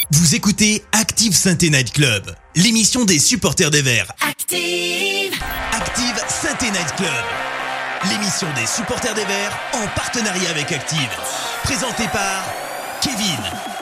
Vous écoutez Active Saint-Étienne Night Club, l'émission des supporters des Verts. Active Saint-Étienne Night Club, l'émission des supporters des Verts en partenariat avec Active. Présentée par Kevin.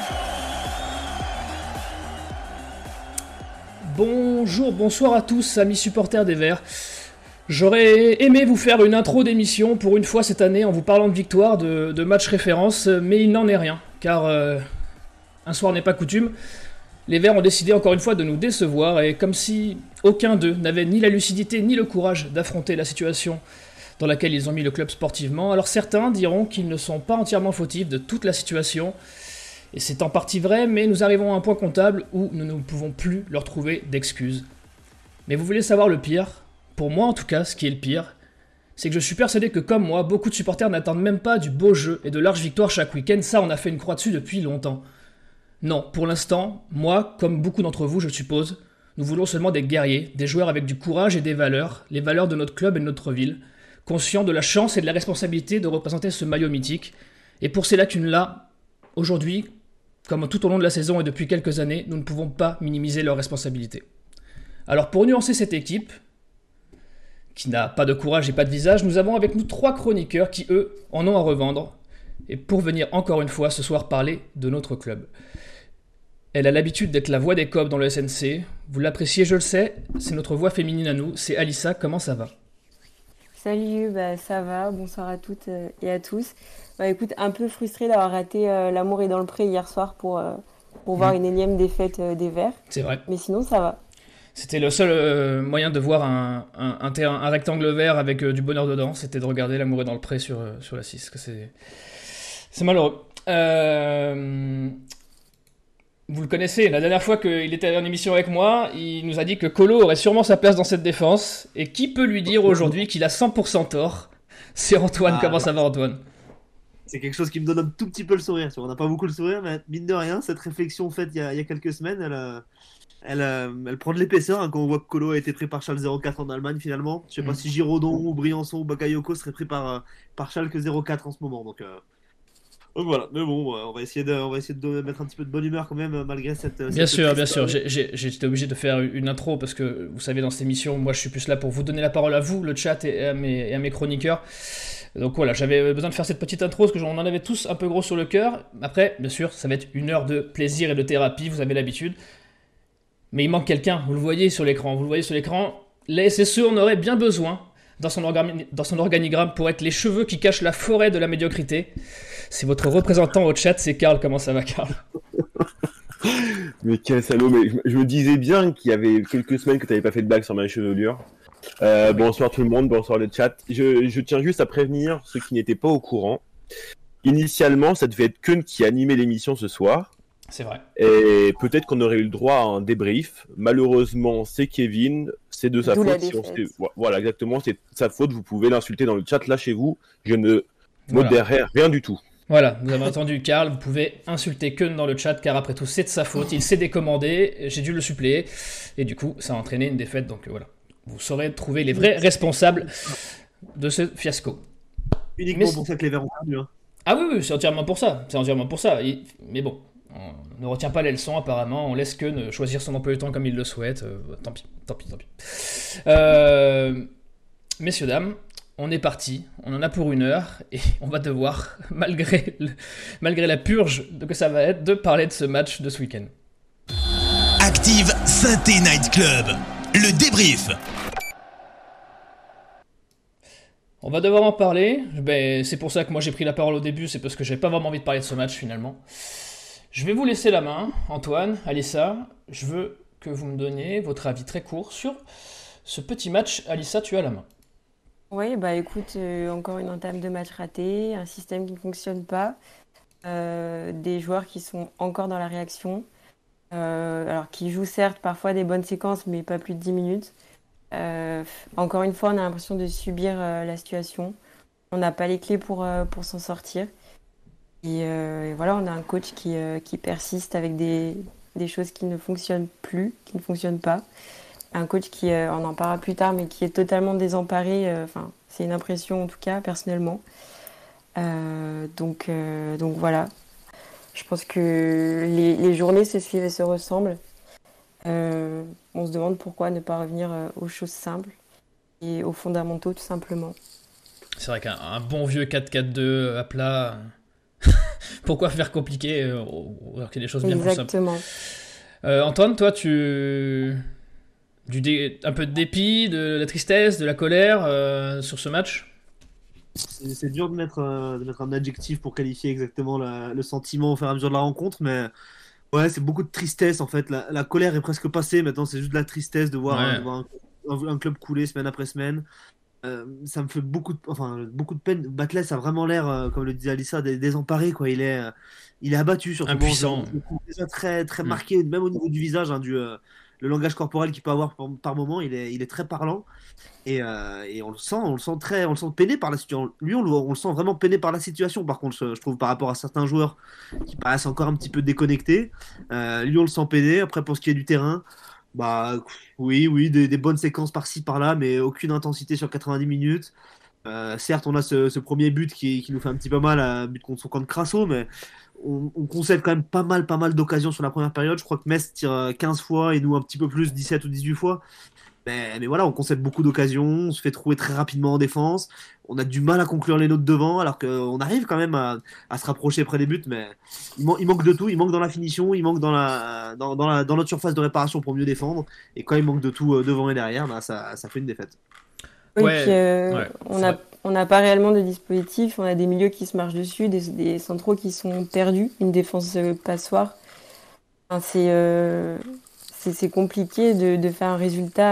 Bonsoir à tous, amis supporters des Verts. J'aurais aimé vous faire une intro d'émission pour une fois cette année en vous parlant de victoire, de match référence, mais il n'en est rien, car un soir n'est pas coutume. Les Verts ont décidé encore une fois de nous décevoir, et comme si aucun d'eux n'avait ni la lucidité ni le courage d'affronter la situation dans laquelle ils ont mis le club sportivement, alors certains diront qu'ils ne sont pas entièrement fautifs de toute la situation, et c'est en partie vrai, mais nous arrivons à un point comptable où nous ne pouvons plus leur trouver d'excuses. Mais vous voulez savoir le pire ? Pour moi en tout cas, ce qui est le pire, c'est que je suis persuadé que comme moi, beaucoup de supporters n'attendent même pas du beau jeu et de larges victoires chaque week-end, ça on a fait une croix dessus depuis longtemps. Non, pour l'instant, moi, comme beaucoup d'entre vous je suppose, nous voulons seulement des guerriers, des joueurs avec du courage et des valeurs, les valeurs de notre club et de notre ville, conscients de la chance et de la responsabilité de représenter ce maillot mythique, et pour ces lacunes-là, aujourd'hui, comme tout au long de la saison et depuis quelques années, nous ne pouvons pas minimiser leurs responsabilités. Alors pour nuancer cette équipe, qui n'a pas de courage et pas de visage, nous avons avec nous 3 chroniqueurs qui, eux, en ont à revendre, et pour venir encore une fois ce soir parler de notre club. Elle a l'habitude d'être la voix des COP dans le SNC, vous l'appréciez je le sais, c'est notre voix féminine à nous, c'est Alissa, comment ça va ? Salut, ça va, bonsoir à toutes et à tous. Écoute, un peu frustrée d'avoir raté L'amour est dans le pré hier soir pour voir une énième défaite des Verts. C'est vrai. Mais sinon ça va. C'était le seul moyen de voir un rectangle vert avec du bonheur dedans, c'était de regarder L'amour est dans le pré sur la 6. C'est malheureux. Vous le connaissez, la dernière fois qu'il était en émission avec moi, il nous a dit que Colo aurait sûrement sa place dans cette défense. Et qui peut lui dire aujourd'hui qu'il a 100% tort ? C'est Antoine. Comment ça va, Antoine ? C'est quelque chose qui me donne un tout petit peu le sourire. On n'a pas beaucoup le sourire, mais mine de rien, cette réflexion faite il y a quelques semaines, elle prend de l'épaisseur quand on voit que Colo a été pris par Schalke 04 en Allemagne finalement. Je sais pas si Giraudon ou Briançon ou Bakayoko seraient pris par Schalke 04 en ce moment. Donc voilà, mais bon, on va essayer de mettre un petit peu de bonne humeur quand même malgré cette. Bien sûr. J'ai été obligé de faire une intro parce que vous savez, dans cette émission, moi je suis plus là pour vous donner la parole à vous, le chat et à mes chroniqueurs. Donc voilà, j'avais besoin de faire cette petite intro parce que on en avait tous un peu gros sur le cœur. Après, bien sûr, ça va être une heure de plaisir et de thérapie, vous avez l'habitude. Mais il manque quelqu'un, vous le voyez sur l'écran. La SSE en aurait bien besoin dans son organigramme pour être les cheveux qui cachent la forêt de la médiocrité. C'est votre représentant au chat, c'est Karl. Comment ça va, Karl ? Mais quel salaud, mais je me disais bien qu'il y avait quelques semaines que tu n'avais pas fait de blague sur ma chevelure. Bonsoir tout le monde, bonsoir le chat. Je tiens juste à prévenir ceux qui n'étaient pas au courant. Initialement, ça devait être Keun qui animait l'émission ce soir. C'est vrai. Et peut-être qu'on aurait eu le droit à un débrief. Malheureusement, c'est Kevin, c'est de sa faute. Voilà, exactement, c'est de sa faute. Vous pouvez l'insulter dans le chat, lâchez-vous. Je ne modérerai rien du tout. Voilà, vous avez entendu Karl, vous pouvez insulter Keun dans le chat, car après tout, c'est de sa faute. Il s'est décommandé, j'ai dû le suppléer, et du coup, ça a entraîné une défaite. Donc voilà, vous saurez trouver les vrais responsables de ce fiasco. Uniquement pour ça que les Verts ont perdu. Hein. Ah oui, c'est entièrement pour ça. Mais bon. On ne retient pas les leçons apparemment, on laisse Keun choisir son emploi du temps comme il le souhaite, tant pis. Messieurs, dames, on est parti, on en a pour 1 heure, et on va devoir, malgré la purge que ça va être, de parler de ce match de ce week-end. Active Saint-Étienne Night Club, le débrief. On va devoir en parler, c'est pour ça que moi j'ai pris la parole au début, c'est parce que j'avais pas vraiment envie de parler de ce match finalement. Je vais vous laisser la main, Antoine, Alissa. Je veux que vous me donniez votre avis très court sur ce petit match. Alissa, tu as la main. Oui, écoute, encore une entame de match ratée, un système qui ne fonctionne pas, des joueurs qui sont encore dans la réaction, alors qui jouent certes parfois des bonnes séquences, mais pas plus de 10 minutes. Encore une fois, on a l'impression de subir la situation. On n'a pas les clés pour s'en sortir. Et voilà, on a un coach qui persiste avec des choses qui ne fonctionnent plus, qui ne fonctionnent pas. Un coach qui, on en parlera plus tard, mais qui est totalement désemparé. C'est une impression en tout cas, personnellement. Donc voilà. Je pense que les journées se suivent et se ressemblent. On se demande pourquoi ne pas revenir aux choses simples et aux fondamentaux tout simplement. C'est vrai qu'un bon vieux 4-4-2 à plat, pourquoi faire compliqué alors qu'il y a des choses bien plus simples. Exactement. Antoine, toi, un peu de dépit, de la tristesse, de la colère sur ce match? C'est dur de mettre un adjectif pour qualifier exactement le sentiment au fur et à mesure de la rencontre, mais ouais, c'est beaucoup de tristesse en fait. La colère est presque passée, maintenant c'est juste de la tristesse de voir, Ouais. de voir un club couler semaine après semaine. Ça me fait beaucoup de peine. Batles a vraiment l'air, comme le disait Alissa, désemparé, quoi. Il est abattu, surtout. Impuissant. Je le trouve déjà très, très Mm. marqué, même au niveau du visage, hein, le langage corporel qu'il peut avoir par moment, il est très parlant. Et on le sent peiné par la situation. Lui, on le sent vraiment peiné par la situation. Par contre, je trouve par rapport à certains joueurs qui paraissent encore un petit peu déconnectés, lui, on le sent peiné. Après, pour ce qui est du terrain, bah oui, des bonnes séquences par-ci par-là, mais aucune intensité sur 90 minutes. Certes, on a ce premier but qui nous fait un petit peu mal, un but contre son camp de Crasso, mais on concède quand même pas mal d'occasions sur la première période. Je crois que Metz tire 15 fois et nous un petit peu plus, 17 ou 18 fois. Mais voilà, on concède beaucoup d'occasions, on se fait trouver très rapidement en défense, on a du mal à conclure les nôtres devant, alors qu'on arrive quand même à se rapprocher près des buts, mais il manque de tout, il manque dans la finition, il manque dans notre surface de réparation pour mieux défendre, et quand il manque de tout devant et derrière, bah, ça fait une défaite. Oui, Ouais, puis ouais, c'est vrai. on n'a pas réellement de dispositif, on a des milieux qui se marchent dessus, des centraux qui sont perdus, une défense passoire. Enfin, c'est compliqué de faire un résultat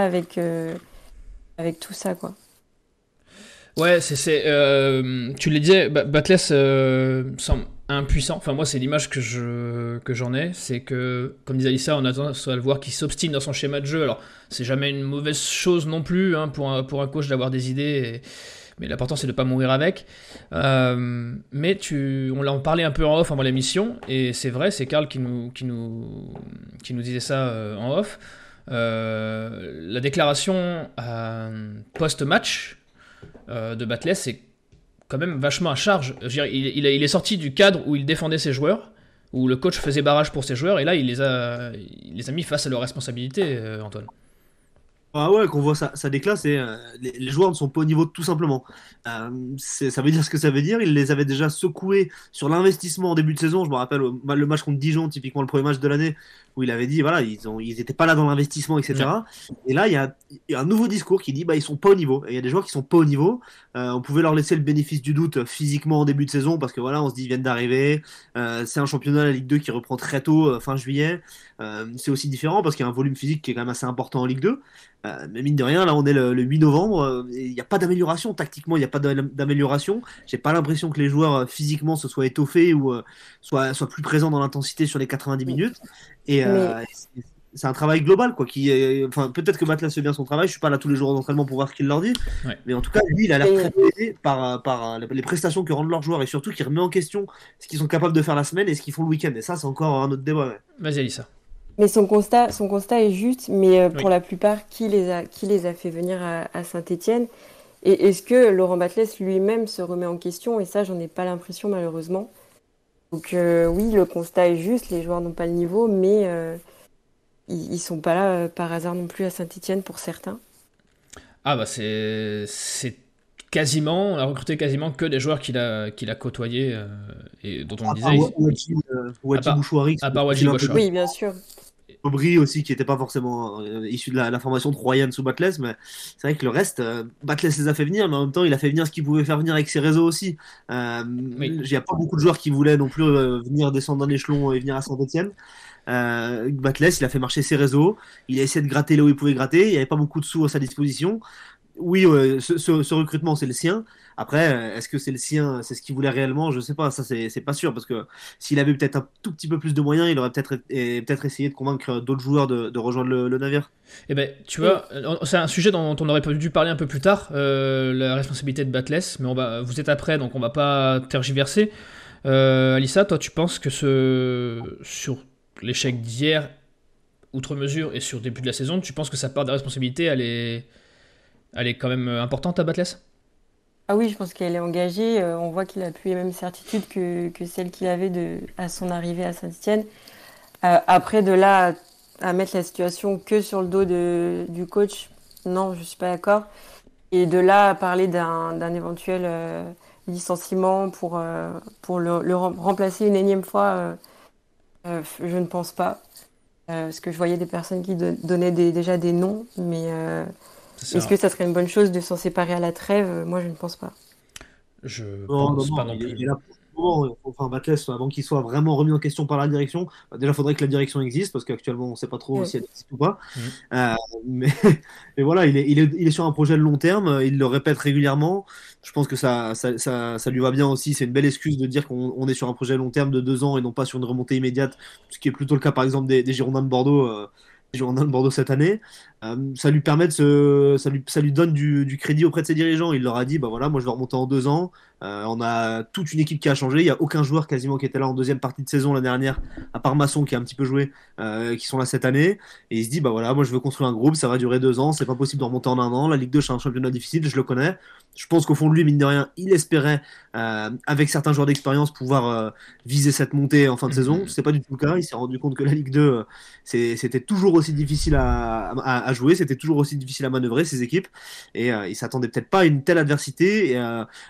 avec tout ça, quoi. Ouais, tu le disais, Batles semble impuissant. Enfin, moi, c'est l'image que j'en ai. C'est que, comme disait Alissa, on a tendance à le voir qui s'obstine dans son schéma de jeu. Alors, c'est jamais une mauvaise chose non plus hein, pour un coach d'avoir des idées. Mais l'important, c'est de ne pas mourir avec. Mais on l'a en parlé un peu en off avant l'émission. Et c'est vrai, c'est Karl qui nous disait ça en off. La déclaration post-match de Batles, c'est quand même vachement à charge. Je veux dire, il est sorti du cadre où il défendait ses joueurs, où le coach faisait barrage pour ses joueurs, et là, il les a mis face à leurs responsabilités, Antoine. Ah ouais, qu'on voit ça déclasse et les joueurs ne sont pas au niveau tout simplement. Ça veut dire ce que ça veut dire. Il les avait déjà secoués sur l'investissement en début de saison. Je me rappelle le match contre Dijon, typiquement le premier match de l'année, où il avait dit voilà, ils étaient pas là dans l'investissement, etc. Et là, il y a un nouveau discours qui dit bah ils sont pas au niveau. Et il y a des joueurs qui sont pas au niveau. On pouvait leur laisser le bénéfice du doute physiquement en début de saison parce que voilà, on se dit ils viennent d'arriver. C'est un championnat, la Ligue 2, qui reprend très tôt, fin juillet. C'est aussi différent parce qu'il y a un volume physique qui est quand même assez important en Ligue 2. Mais mine de rien, là on est le 8 novembre, il n'y a pas d'amélioration, tactiquement il n'y a pas d'amélioration. J'ai pas l'impression que les joueurs physiquement se soient étoffés ou soient plus présents dans l'intensité sur les 90 minutes. Et Mais c'est un travail global, quoi. Enfin, peut-être que Matlas fait bien son travail, je suis pas là tous les jours d'entraînement pour voir ce qu'il leur dit. Ouais. Mais en tout cas, lui, il a l'air très aidé par les prestations que rendent leurs joueurs et surtout qui remet en question ce qu'ils sont capables de faire la semaine et ce qu'ils font le week-end. Et ça, c'est encore un autre débat. Ouais. Vas-y, Alissa. Mais son constat est juste, mais pour Oui. la plupart, qui les a fait venir à Saint-Étienne? Et est-ce que Laurent Batles lui-même se remet en question? Et ça, j'en ai pas l'impression, malheureusement. Donc oui, le constat est juste, les joueurs n'ont pas le niveau, mais ils sont pas là par hasard non plus à Saint-Étienne pour certains. Ah bah c'est quasiment, on a recruté quasiment que des joueurs qu'il a côtoyés et dont on À le part disait. Wadji part- Bouchouari, à part Wadji Bouchouari. Oui, bien sûr. Aubry aussi, qui n'était pas forcément issu de la formation de Royan sous Batles, mais c'est vrai que le reste, Batles les a fait venir, mais en même temps, il a fait venir ce qu'il pouvait faire venir avec ses réseaux aussi. Il n'y a pas beaucoup de joueurs qui voulaient non plus venir descendre dans l'échelon et venir à Saint-Etienne. Batles, il a fait marcher ses réseaux, il a essayé de gratter là où il pouvait gratter, il n'y avait pas beaucoup de sous à sa disposition. Oui, ce recrutement, c'est le sien. Après, est-ce que c'est le sien, c'est ce qu'il voulait réellement? Je sais pas, ça c'est pas sûr, parce que s'il avait peut-être un tout petit peu plus de moyens, il aurait peut-être essayé de convaincre d'autres joueurs de rejoindre le navire. Eh ben, tu vois, c'est un sujet dont on aurait dû parler un peu plus tard, la responsabilité de Batles, mais vous êtes après, donc on va pas tergiverser. Alissa, toi, tu penses que sur l'échec d'hier, outre mesure, et sur le début de la saison, tu penses que sa part de responsabilité, elle est quand même importante à Batles? Ah oui, je pense qu'elle est engagée. On voit qu'il a plus les mêmes certitudes que celles qu'il avait à son arrivée à Saint-Étienne. Après, de là à mettre la situation que sur le dos du coach, non, je suis pas d'accord. Et de là à parler d'un éventuel licenciement pour le remplacer une énième fois, je ne pense pas. Parce que je voyais des personnes qui donnaient déjà des noms, mais est-ce que ça serait une bonne chose de s'en séparer à la trêve? Moi, je ne pense pas. Je Non, pense pas non, non plus. il est là pour le moment. Enfin, Batles, avant qu'il soit vraiment remis en question par la direction, déjà, il faudrait que la direction existe, parce qu'actuellement, on ne sait pas trop Ouais. si elle existe ou pas. Mhm. Mais, mais voilà, il est sur un projet de long terme, il le répète régulièrement. Je pense que ça lui va bien aussi. C'est une belle excuse de dire qu'on est sur un projet de long terme de 2 ans et non pas sur une remontée immédiate, ce qui est plutôt le cas, par exemple, des Girondins de Bordeaux. Les Girondins de Bordeaux cette année. Ça lui permet ça lui donne du crédit auprès de ses dirigeants. Il leur a dit, bah voilà, moi je vais remonter en 2 ans. On a toute une équipe qui a changé. Il n'y a aucun joueur quasiment qui était là en deuxième partie de saison l'année dernière, à part Masson qui a un petit peu joué, qui sont là cette année. Et il se dit, bah voilà, moi je veux construire un groupe, ça va durer 2 ans, c'est pas possible de remonter en un an. La Ligue 2, c'est un championnat difficile, je le connais. Je pense qu'au fond de lui, mine de rien, il espérait, avec certains joueurs d'expérience, pouvoir viser cette montée en fin de saison. C'est pas du tout le cas. Il s'est rendu compte que la Ligue 2, c'était toujours aussi difficile à jouer, c'était toujours aussi difficile à manœuvrer ces équipes. Et il s'attendait peut-être pas à une telle adversité et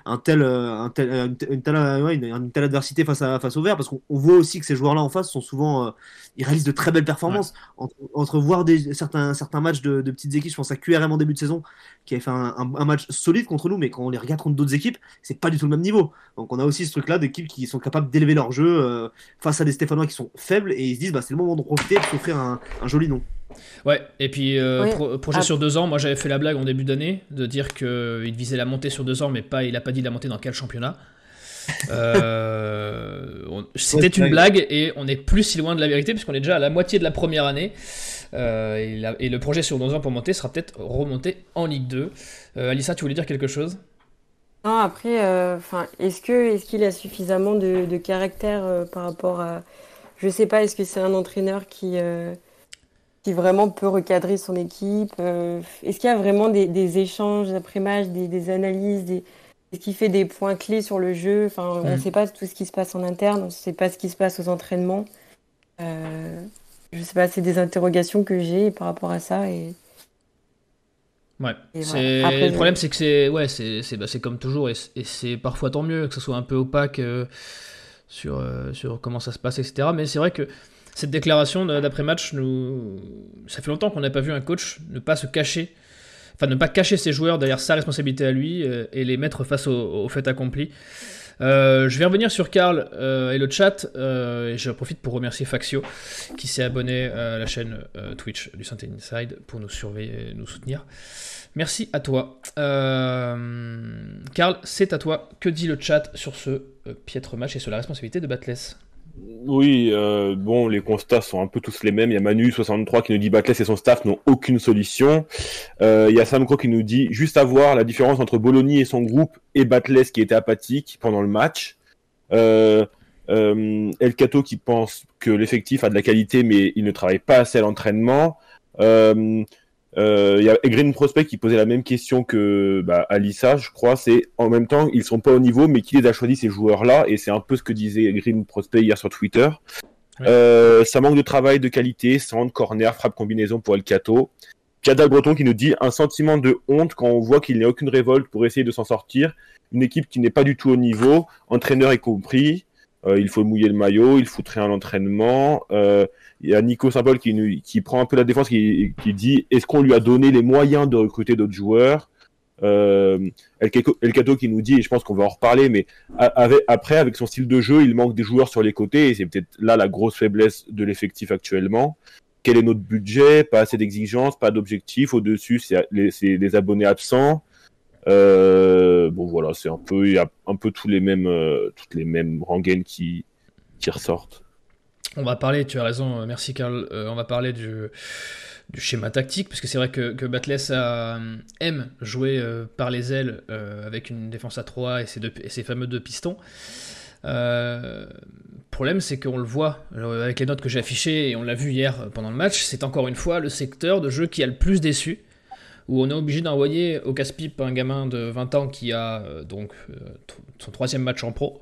une telle adversité face au Vert, parce qu'on voit aussi que ces joueurs-là en face sont souvent, ils réalisent de très belles performances. Entre voir certains matchs de petites équipes, je pense à QRM en début de saison, qui avait fait un match solide contre nous, mais quand on les regarde contre d'autres équipes, c'est pas du tout le même niveau. Donc on a aussi ce truc-là d'équipes qui sont capables d'élever leur jeu face à des Stéphanois qui sont faibles, et ils se disent, bah, c'est le moment de profiter et de s'offrir un joli nom. Ouais, et puis Oui. projet sur 2 ans, moi j'avais fait la blague en début d'année de dire qu'il visait la montée sur 2 ans, mais il a pas dit la montée dans quel championnat. C'était une blague et on est plus si loin de la vérité puisqu'on est déjà à la moitié de la première année. Et le projet sur 2 ans pour monter sera peut-être remonté en Ligue 2. Alissa, tu voulais dire quelque chose? Non, après, est-ce qu'il a suffisamment de caractère par rapport à... Je sais pas, est-ce que c'est un entraîneur qui vraiment peut recadrer son équipe? Est-ce qu'il y a vraiment des échanges après-match, des analyses, est-ce qu'il fait des points clés sur le jeu? Enfin, on ne sait pas tout ce qui se passe en interne, on ne sait pas ce qui se passe aux entraînements. Je sais pas, c'est des interrogations que j'ai par rapport à ça. Ouais. Voilà. Après, Le problème, c'est que c'est comme toujours, et c'est parfois tant mieux que ce soit un peu opaque sur comment ça se passe, etc. Mais c'est vrai que cette déclaration d'après-match, ça fait longtemps qu'on n'a pas vu un coach ne pas cacher ses joueurs derrière sa responsabilité à lui et les mettre face au fait accompli. Je vais revenir sur Karl et le chat, et je profite pour remercier Faxio qui s'est abonné à la chaîne Twitch du Saint Inside pour nous surveiller et nous soutenir. Merci à toi. Karl, c'est à toi. Que dit le chat sur ce piètre match et sur la responsabilité de Batles? Oui, bon, les constats sont un peu tous les mêmes. Il y a Manu63 qui nous dit Batles et son staff n'ont aucune solution. Il y a Samcro qui nous dit juste à voir la différence entre Bologna et son groupe et Batles qui était apathique pendant le match. El Cato qui pense que l'effectif a de la qualité mais il ne travaille pas assez à l'entraînement. Il y a Green Prospect qui posait la même question que Alissa, je crois. C'est en même temps, ils sont pas au niveau, mais qui les a choisis ces joueurs-là? Et c'est un peu ce que disait Green Prospect hier sur Twitter. Ouais. Ça manque de travail de qualité, centre, corner, frappe combinaison pour El Cato. Cada Breton qui nous dit un sentiment de honte quand on voit qu'il n'y a aucune révolte pour essayer de s'en sortir. Une équipe qui n'est pas du tout au niveau, entraîneur est compris. Il faut mouiller le maillot, il foutrait un entraînement. Il y a Nico Saint-Paul qui prend un peu la défense, qui dit est-ce qu'on lui a donné les moyens de recruter d'autres joueurs? El Cato qui nous dit, et je pense qu'on va en reparler, mais avec son style de jeu, il manque des joueurs sur les côtés, et c'est peut-être là la grosse faiblesse de l'effectif actuellement. Quel est notre budget? Pas assez d'exigences, pas d'objectifs. Au-dessus, c'est les abonnés absents. Bon voilà, il y a un peu toutes les mêmes rengaines qui ressortent. On va parler, tu as raison, merci Karl, on va parler du schéma tactique, parce que c'est vrai que Batles aime jouer par les ailes avec une défense à 3 et ses fameux 2 pistons. Le problème, c'est qu'on le voit avec les notes que j'ai affichées, et on l'a vu hier pendant le match, c'est encore une fois le secteur de jeu qui a le plus déçu. où on est obligé d'envoyer au casse-pipe un gamin de 20 ans qui a son 3e match en pro.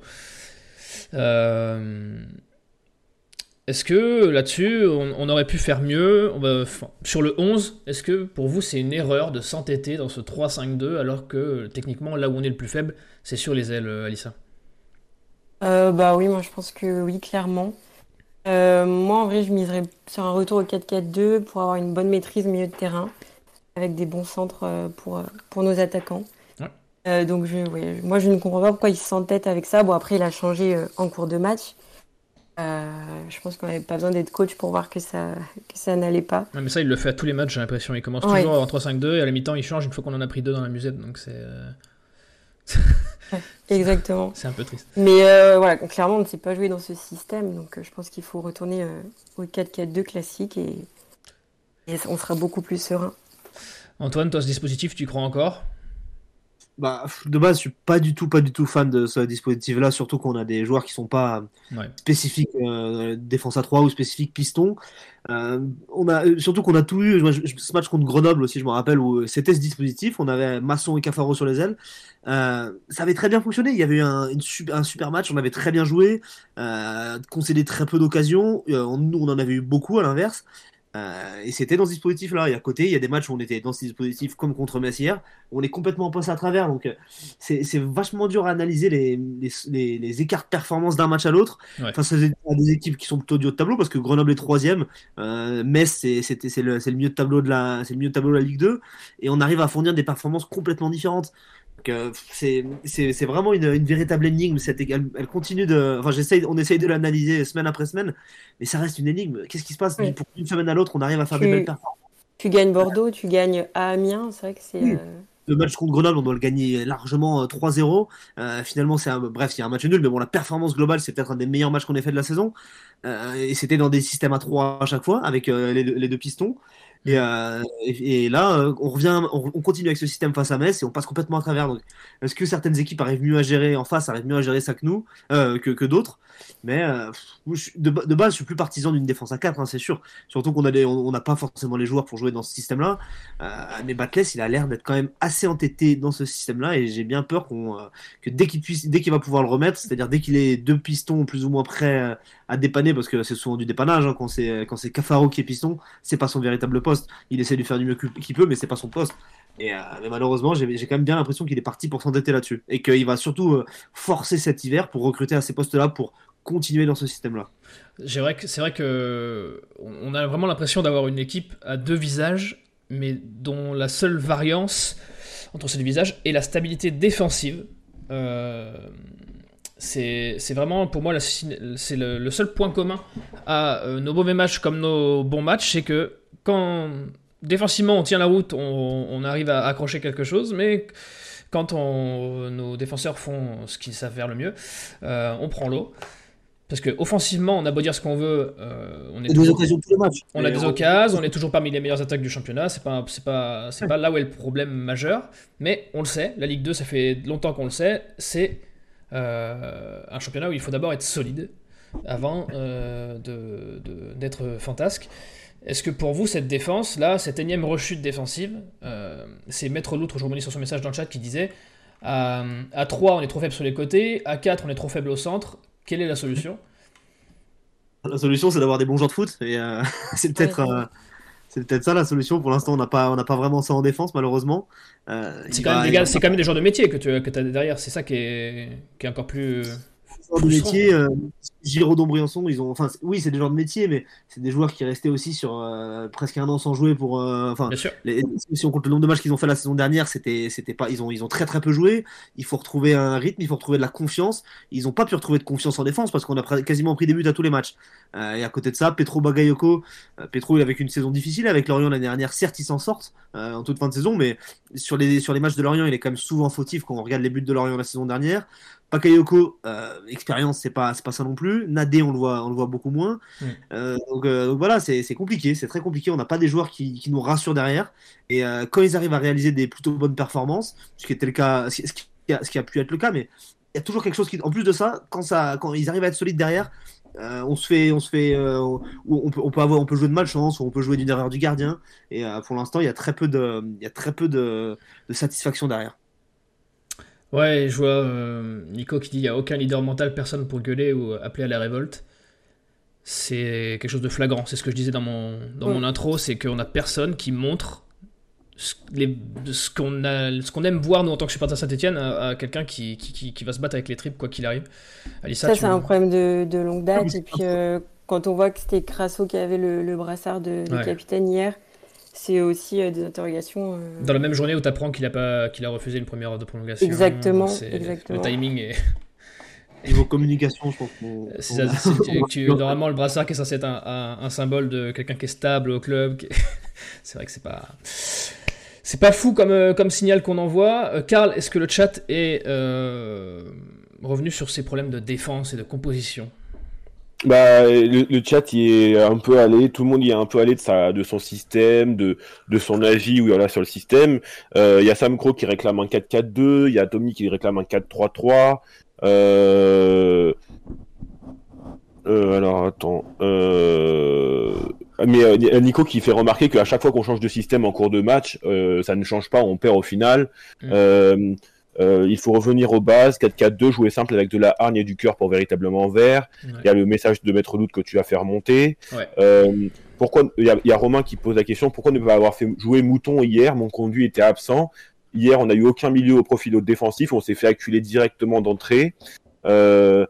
Est-ce que là-dessus, on aurait pu faire mieux sur le 11, est-ce que pour vous c'est une erreur de s'entêter dans ce 3-5-2 alors que techniquement là où on est le plus faible, c'est sur les ailes, Alissa? Bah oui, moi je pense que oui, clairement. Moi en vrai, je miserais sur un retour au 4-4-2 pour avoir une bonne maîtrise au milieu de terrain, avec des bons centres pour nos attaquants. Ouais. Donc moi je ne comprends pas pourquoi il s'entête avec ça. Bon, après il a changé en cours de match. Je pense qu'on n'avait pas besoin d'être coach pour voir que ça n'allait pas. Ouais, mais ça, il le fait à tous les matchs, j'ai l'impression. Il commence Ouais. toujours en 3-5-2 et à la mi-temps, il change une fois qu'on en a pris 2 dans la musette. Donc Exactement. c'est un peu triste. Mais voilà, clairement, on ne sait pas jouer dans ce système. Donc je pense qu'il faut retourner au 4-4-2 classique et on sera beaucoup plus serein. Antoine, toi, ce dispositif, tu y crois encore? Bah, de base, je suis pas du tout fan de ce dispositif-là, surtout qu'on a des joueurs qui sont pas Ouais. spécifiques défense à 3 ou spécifiques piston. Surtout qu'on a tout eu. Ce match contre Grenoble aussi, je me rappelle, où c'était ce dispositif. On avait Masson et Cafaro sur les ailes. Ça avait très bien fonctionné. Il y avait eu un super match. On avait très bien joué, concédé très peu d'occasions. Nous, on en avait eu beaucoup à l'inverse. Et c'était dans ce dispositif-là. Et à côté, il y a des matchs où on était dans ce dispositif, comme contre Metz hier, où on est complètement passé à travers. Donc, c'est vachement dur à analyser les écarts de performance d'un match à l'autre. Ouais. Face à des équipes qui sont plutôt du haut de tableau, parce que Grenoble est 3e, Metz, c'est le milieu de tableau de la Ligue 2, et on arrive à fournir des performances complètement différentes. Donc, c'est vraiment une véritable énigme. Elle continue de. Enfin, on essaye de l'analyser semaine après semaine, mais ça reste une énigme. Qu'est-ce qui se passe Oui. pour une semaine à l'autre, on arrive à faire des belles performances. Tu gagnes Bordeaux, tu gagnes à Amiens, c'est vrai que c'est. Oui. Le match contre Grenoble, on doit le gagner largement 3-0. Finalement, bref, il y a un match nul, mais bon, la performance globale, c'est peut-être un des meilleurs matchs qu'on ait fait de la saison. Et c'était dans des systèmes à 3 à chaque fois, avec les 2 pistons. Et là, on continue avec ce système face à Metz et on passe complètement à travers. Donc, est-ce que certaines équipes arrivent mieux à gérer en face, arrivent mieux à gérer ça que nous, que d'autres? Mais de base, je suis plus partisan d'une défense à 4, hein, c'est sûr. Surtout on n'a pas forcément les joueurs pour jouer dans ce système-là. Mais Batles, il a l'air d'être quand même assez entêté dans ce système-là et j'ai bien peur que dès qu'il va pouvoir le remettre, c'est-à-dire dès qu'il ait 2 pistons plus ou moins prêts à dépanner, parce que c'est souvent du dépannage, hein, quand c'est Cafaro qui est piston, c'est pas son véritable poste. Il essaie de faire du mieux qu'il peut, mais c'est pas son poste. Mais malheureusement, j'ai quand même bien l'impression qu'il est parti pour s'endetter là-dessus et qu'il va surtout forcer cet hiver pour recruter à ces postes-là pour continuer dans ce système-là. C'est vrai que on a vraiment l'impression d'avoir une équipe à 2 visages, mais dont la seule variance entre ces 2 visages est la stabilité défensive. C'est vraiment, pour moi, c'est le seul point commun à nos mauvais matchs comme nos bons matchs, c'est que quand défensivement on tient la route, on arrive à accrocher quelque chose, mais quand nos défenseurs font ce qu'ils savent faire le mieux, on prend l'eau. Parce que offensivement, on a beau dire ce qu'on veut, on est des occasions tous les matchs. on a des occasions, on est toujours parmi les meilleures attaques du championnat. C'est pas là où est le problème majeur, mais on le sait. La Ligue 2, ça fait longtemps qu'on le sait. C'est un championnat où il faut d'abord être solide avant d'être fantasque. Est-ce que pour vous, cette défense, là, cette énième rechute défensive, c'est Maître Loutre, je rebondis sur son message dans le chat, qui disait à 3, on est trop faible sur les côtés, à 4, on est trop faible au centre. Quelle est la solution? La solution, c'est d'avoir des bons joueurs de foot. Et c'est peut-être ça la solution. Pour l'instant, on n'a pas vraiment ça en défense, malheureusement. C'est quand même des joueurs de métier que tu as derrière. C'est ça qui est encore plus. De métier, Giraud, Briançon, oui, c'est des joueurs de métier, mais c'est des joueurs qui restaient aussi sur presque un an sans jouer Bien sûr. Si on compte le nombre de matchs qu'ils ont fait la saison dernière, c'était pas, ils ont très très peu joué. Il faut retrouver un rythme, il faut retrouver de la confiance. Ils n'ont pas pu retrouver de confiance en défense parce qu'on a quasiment pris des buts à tous les matchs. Et à côté de ça, Petro Bagayoko, Petro, il avait une saison difficile avec Lorient l'année dernière. Certes, il s'en sort en toute fin de saison, mais sur les matchs de Lorient, il est quand même souvent fautif quand on regarde les buts de Lorient la saison dernière. Bakayoko, expérience, c'est pas ça non plus. Nadé, on le voit beaucoup moins. Donc voilà, c'est compliqué, c'est très compliqué. On n'a pas des joueurs qui nous rassurent derrière. Et quand ils arrivent à réaliser des plutôt bonnes performances, ce qui était le cas, ce qui a pu être le cas, mais il y a toujours quelque chose qui, en plus de ça, quand ils arrivent à être solides derrière, on peut jouer de malchance ou on peut jouer d'une erreur du gardien. Et pour l'instant, il y a très peu de satisfaction derrière. Ouais, je vois Nico qui dit il n'y a aucun leader mental, personne pour gueuler ou appeler à la révolte. C'est quelque chose de flagrant. C'est ce que je disais dans mon intro, c'est qu'on a personne qui montre ce qu'on aime voir nous en tant que supporter Saint-Etienne à quelqu'un qui va se battre avec les tripes quoi qu'il arrive. Alissa, Ça, c'est un problème de longue date. Et puis, quand on voit que c'était Crasso qui avait le brassard de capitaine hier, c'est aussi des interrogations. Dans la même journée où tu apprends qu'il a refusé une première heure de prolongation. Exactement. Le timing est. Niveau communication, je pense normalement, le brassard qui est censé être un symbole de quelqu'un qui est stable au club. C'est vrai que c'est pas fou comme signal qu'on envoie. Karl, est-ce que le chat est revenu sur ces problèmes de défense et de composition? Bah, le chat y est un peu allé, tout le monde y est un peu allé de son système, de son avis sur le système. Il y a Sam Crow qui réclame un 4-4-2, il y a Tommy qui réclame un 4-3-3. Alors attends. Mais Nico qui fait remarquer qu'à chaque fois qu'on change de système en cours de match, ça ne change pas, on perd au final. Il faut revenir aux bases, 4-4-2, jouer simple avec de la hargne et du cœur pour véritablement vert. Il y a le message de Maître Doute que tu as fait remonter. Pourquoi il y a Romain qui pose la question, pourquoi ne pas avoir fait jouer Mouton hier? Mon conduit était absent. Hier, on n'a eu aucun milieu au profil défensif, on s'est fait acculer directement d'entrée. Il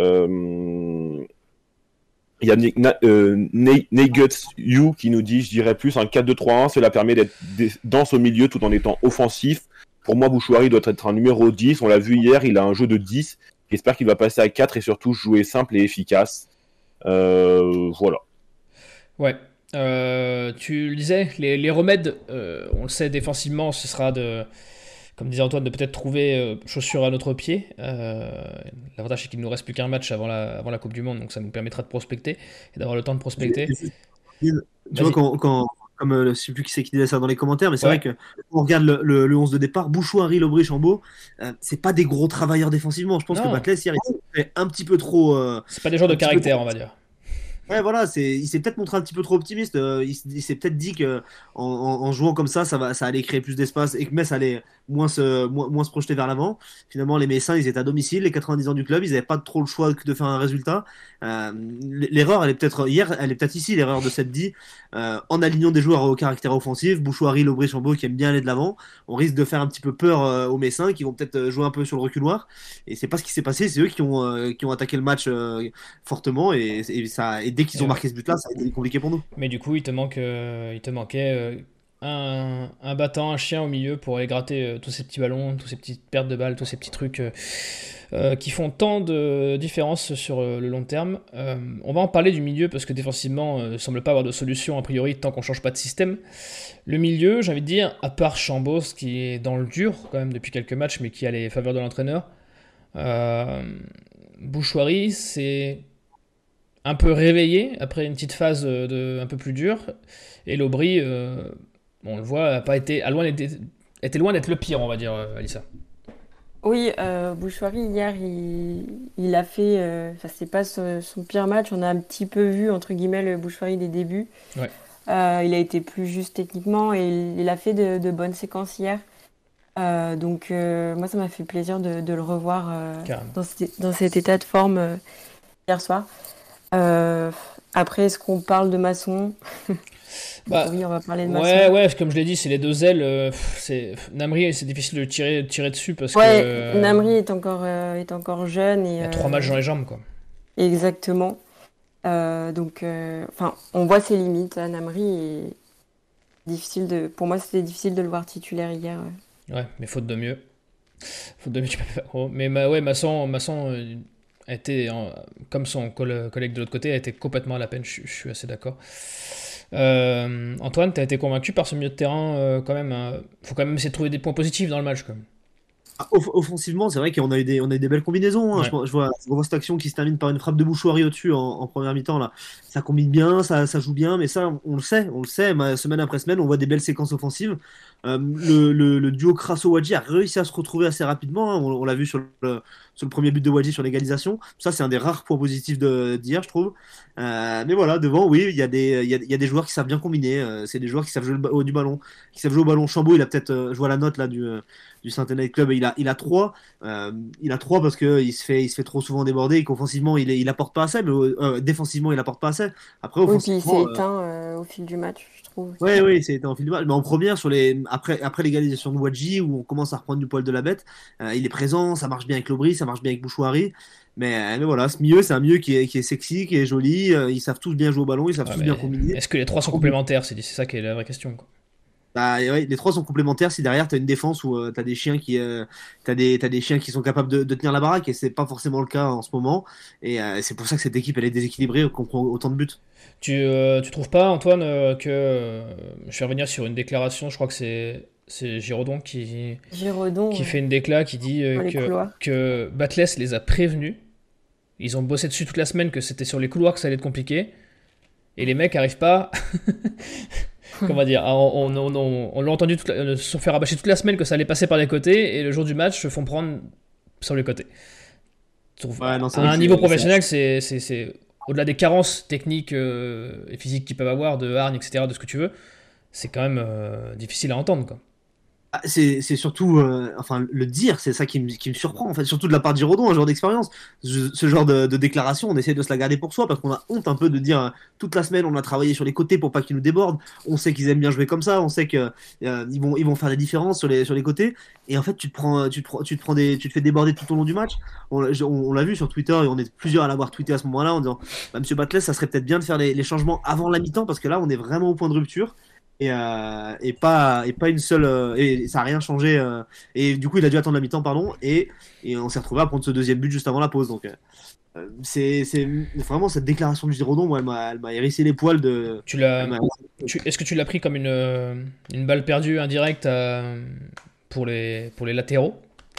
y a Nuggets You qui nous dit, je dirais plus un 4-2-3-1, cela permet d'être dense au milieu tout en étant offensif. Pour moi, Bouchouari doit être un numéro 10, on l'a vu hier, il a un jeu de 10, j'espère qu'il va passer à 4 et surtout jouer simple et efficace. Voilà. Ouais. Tu le disais, les remèdes, on le sait défensivement, ce sera comme disait Antoine, de peut-être trouver chaussure à notre pied. L'avantage c'est qu'il ne nous reste plus qu'un match avant la Coupe du Monde, donc ça nous permettra de prospecter et d'avoir le temps de prospecter. Tu vois, comme je ne sais plus qui c'est qui disait ça dans les commentaires, mais c'est vrai que quand on regarde le 11 de départ, Bouchouari, Lobry, Chambaud, c'est pas des gros travailleurs défensivement. Je pense que Batles hier, il fait un petit peu trop. C'est pas des gens de caractère, on va dire. Ouais, voilà, il s'est peut-être montré un petit peu trop optimiste. Il s'est peut-être dit que en jouant comme ça allait créer plus d'espace et que Metz allait moins se projeter vers l'avant. Finalement, les Messins, ils étaient à domicile, les 90 ans du club, ils n'avaient pas trop le choix que de faire un résultat. L'erreur, elle est peut-être ici, l'erreur de Sepdi, en alignant des joueurs au caractère offensif, Bouchouari, Lobry, Chambaud qui aiment bien aller de l'avant. On risque de faire un petit peu peur aux Messins qui vont peut-être jouer un peu sur le reculoir. Et c'est pas ce qui s'est passé, c'est eux qui ont attaqué le match fortement et dès qu'ils ont marqué ce but-là, ça a été compliqué pour nous. Mais du coup, il te manquait un battant, un chien au milieu pour aller gratter tous ces petits ballons, tous ces petites pertes de balles, tous ces petits trucs qui font tant de différence sur le long terme. On va en parler du milieu parce que défensivement, il ne semble pas avoir de solution a priori tant qu'on ne change pas de système. Le milieu, j'ai envie de dire, à part Chambos qui est dans le dur quand même depuis quelques matchs mais qui a les faveurs de l'entraîneur, Bouchouari, c'est un peu réveillé après une petite phase un peu plus dure. Et Lobry, on le voit, était loin d'être le pire, on va dire, Alissa. Oui, Bouchouari, hier, il a fait... c'est pas son pire match. On a un petit peu vu, entre guillemets, le Bouchouari des débuts. Ouais. Il a été plus juste techniquement et il a fait de bonnes séquences hier. Donc, moi, ça m'a fait plaisir de le revoir dans cet état de forme hier soir. Après, est-ce qu'on parle de Masson? Oui, on va parler de Masson. Ouais, comme je l'ai dit, c'est les deux ailes. Namri, c'est difficile de tirer dessus parce que. Namri est encore jeune. Et, il y a 3 matchs dans les jambes, quoi. Exactement. Donc, on voit ses limites à Namri. Pour moi, c'était difficile de le voir titulaire hier. Ouais, mais faute de mieux, tu peux faire gros. Mais Masson a été, comme son collègue de l'autre côté, a été complètement à la peine. Je suis assez d'accord. Antoine, tu as été convaincu par ce milieu de terrain quand même. Faut quand même essayer de trouver des points positifs dans le match quand même. Offensivement, c'est vrai qu'on a eu des belles combinaisons. Hein. Ouais. Je vois cette action qui se termine par une frappe de Bouchouari au-dessus en première mi-temps. Là. Ça combine bien, ça joue bien, mais ça, on le sait. Semaine après semaine, on voit des belles séquences offensives. Le duo Crasso-Wadji a réussi à se retrouver assez rapidement, hein. On l'a vu sur le premier but de Wadji sur l'égalisation. Ça, c'est un des rares points positifs d'hier, je trouve. Mais voilà, devant, oui, il y a des joueurs qui savent bien combiner. C'est des joueurs qui savent jouer du ballon, qui savent jouer au ballon. Chambaud, il a peut-être, je vois la note là du Saint-Étienne Club, il a 3. Il a 3 parce qu'il se fait trop souvent déborder et qu'offensivement, il apporte pas assez, mais défensivement, il apporte pas assez. Après, Oui, puis il s'est offensivement. éteint au fil du match, je trouve. Oui, oui, c'était en fil de match. Mais en première, après l'égalisation de Wadji, où on commence à reprendre du poil de la bête, il est présent, ça marche bien avec Lobry, ça marche bien avec Bouchouari. Mais voilà, ce milieu, c'est un milieu qui est sexy, qui est joli. Ils savent tous bien jouer au ballon, ils savent Ouais, tous mais bien combiner. est-ce que les 3 sont complémentaires? C'est ça qui est la vraie question, quoi. Bah, et ouais, les trois sont complémentaires si derrière tu as une défense où tu as des chiens t'as des chiens qui sont capables de tenir la baraque, et c'est pas forcément le cas en ce moment. Et c'est pour ça que cette équipe elle est déséquilibrée, qu'on prend autant de buts. Tu trouves pas, Antoine, je vais revenir sur une déclaration, je crois que c'est Giraudon Giraudon, qui fait une décla qui dit dans les couloirs. que Batles les a prévenus. Ils ont bossé dessus toute la semaine, que c'était sur les couloirs que ça allait être compliqué. Et les mecs arrivent pas. Comment dire, on l'a entendu se sont fait rabâcher toute la semaine que ça allait passer par les côtés, et le jour du match se font prendre sur les côtés. Je trouve, Ouais, non, à un niveau professionnel, c'est au-delà des carences techniques et physiques qu'ils peuvent avoir, de hargne, etc., de ce que tu veux, c'est quand même difficile à entendre, quoi. C'est surtout, enfin, le dire, c'est ça qui me surprend, en fait, surtout de la part de Giraudon, un joueur d'expérience. Ce genre de déclaration, on essaie de se la garder pour soi parce qu'on a honte un peu de dire toute la semaine on a travaillé sur les côtés pour pas qu'ils nous débordent. On sait qu'ils aiment bien jouer comme ça, on sait que ils vont faire des différences sur les côtés. Et en fait, tu te fais déborder tout au long du match. On l'a vu sur Twitter et on est plusieurs à l'avoir tweeté à ce moment-là en disant, bah, Monsieur Batles, ça serait peut-être bien de faire les changements avant la mi-temps parce que là, on est vraiment au point de rupture. Et pas une seule et ça a rien changé et du coup il a dû attendre la mi-temps, pardon, et on s'est retrouvé à prendre ce deuxième but juste avant la pause. Donc c'est vraiment cette déclaration du Giraudon, moi elle m'a hérissé les poils de Est-ce que tu l'as pris comme une balle perdue indirecte pour les latéraux?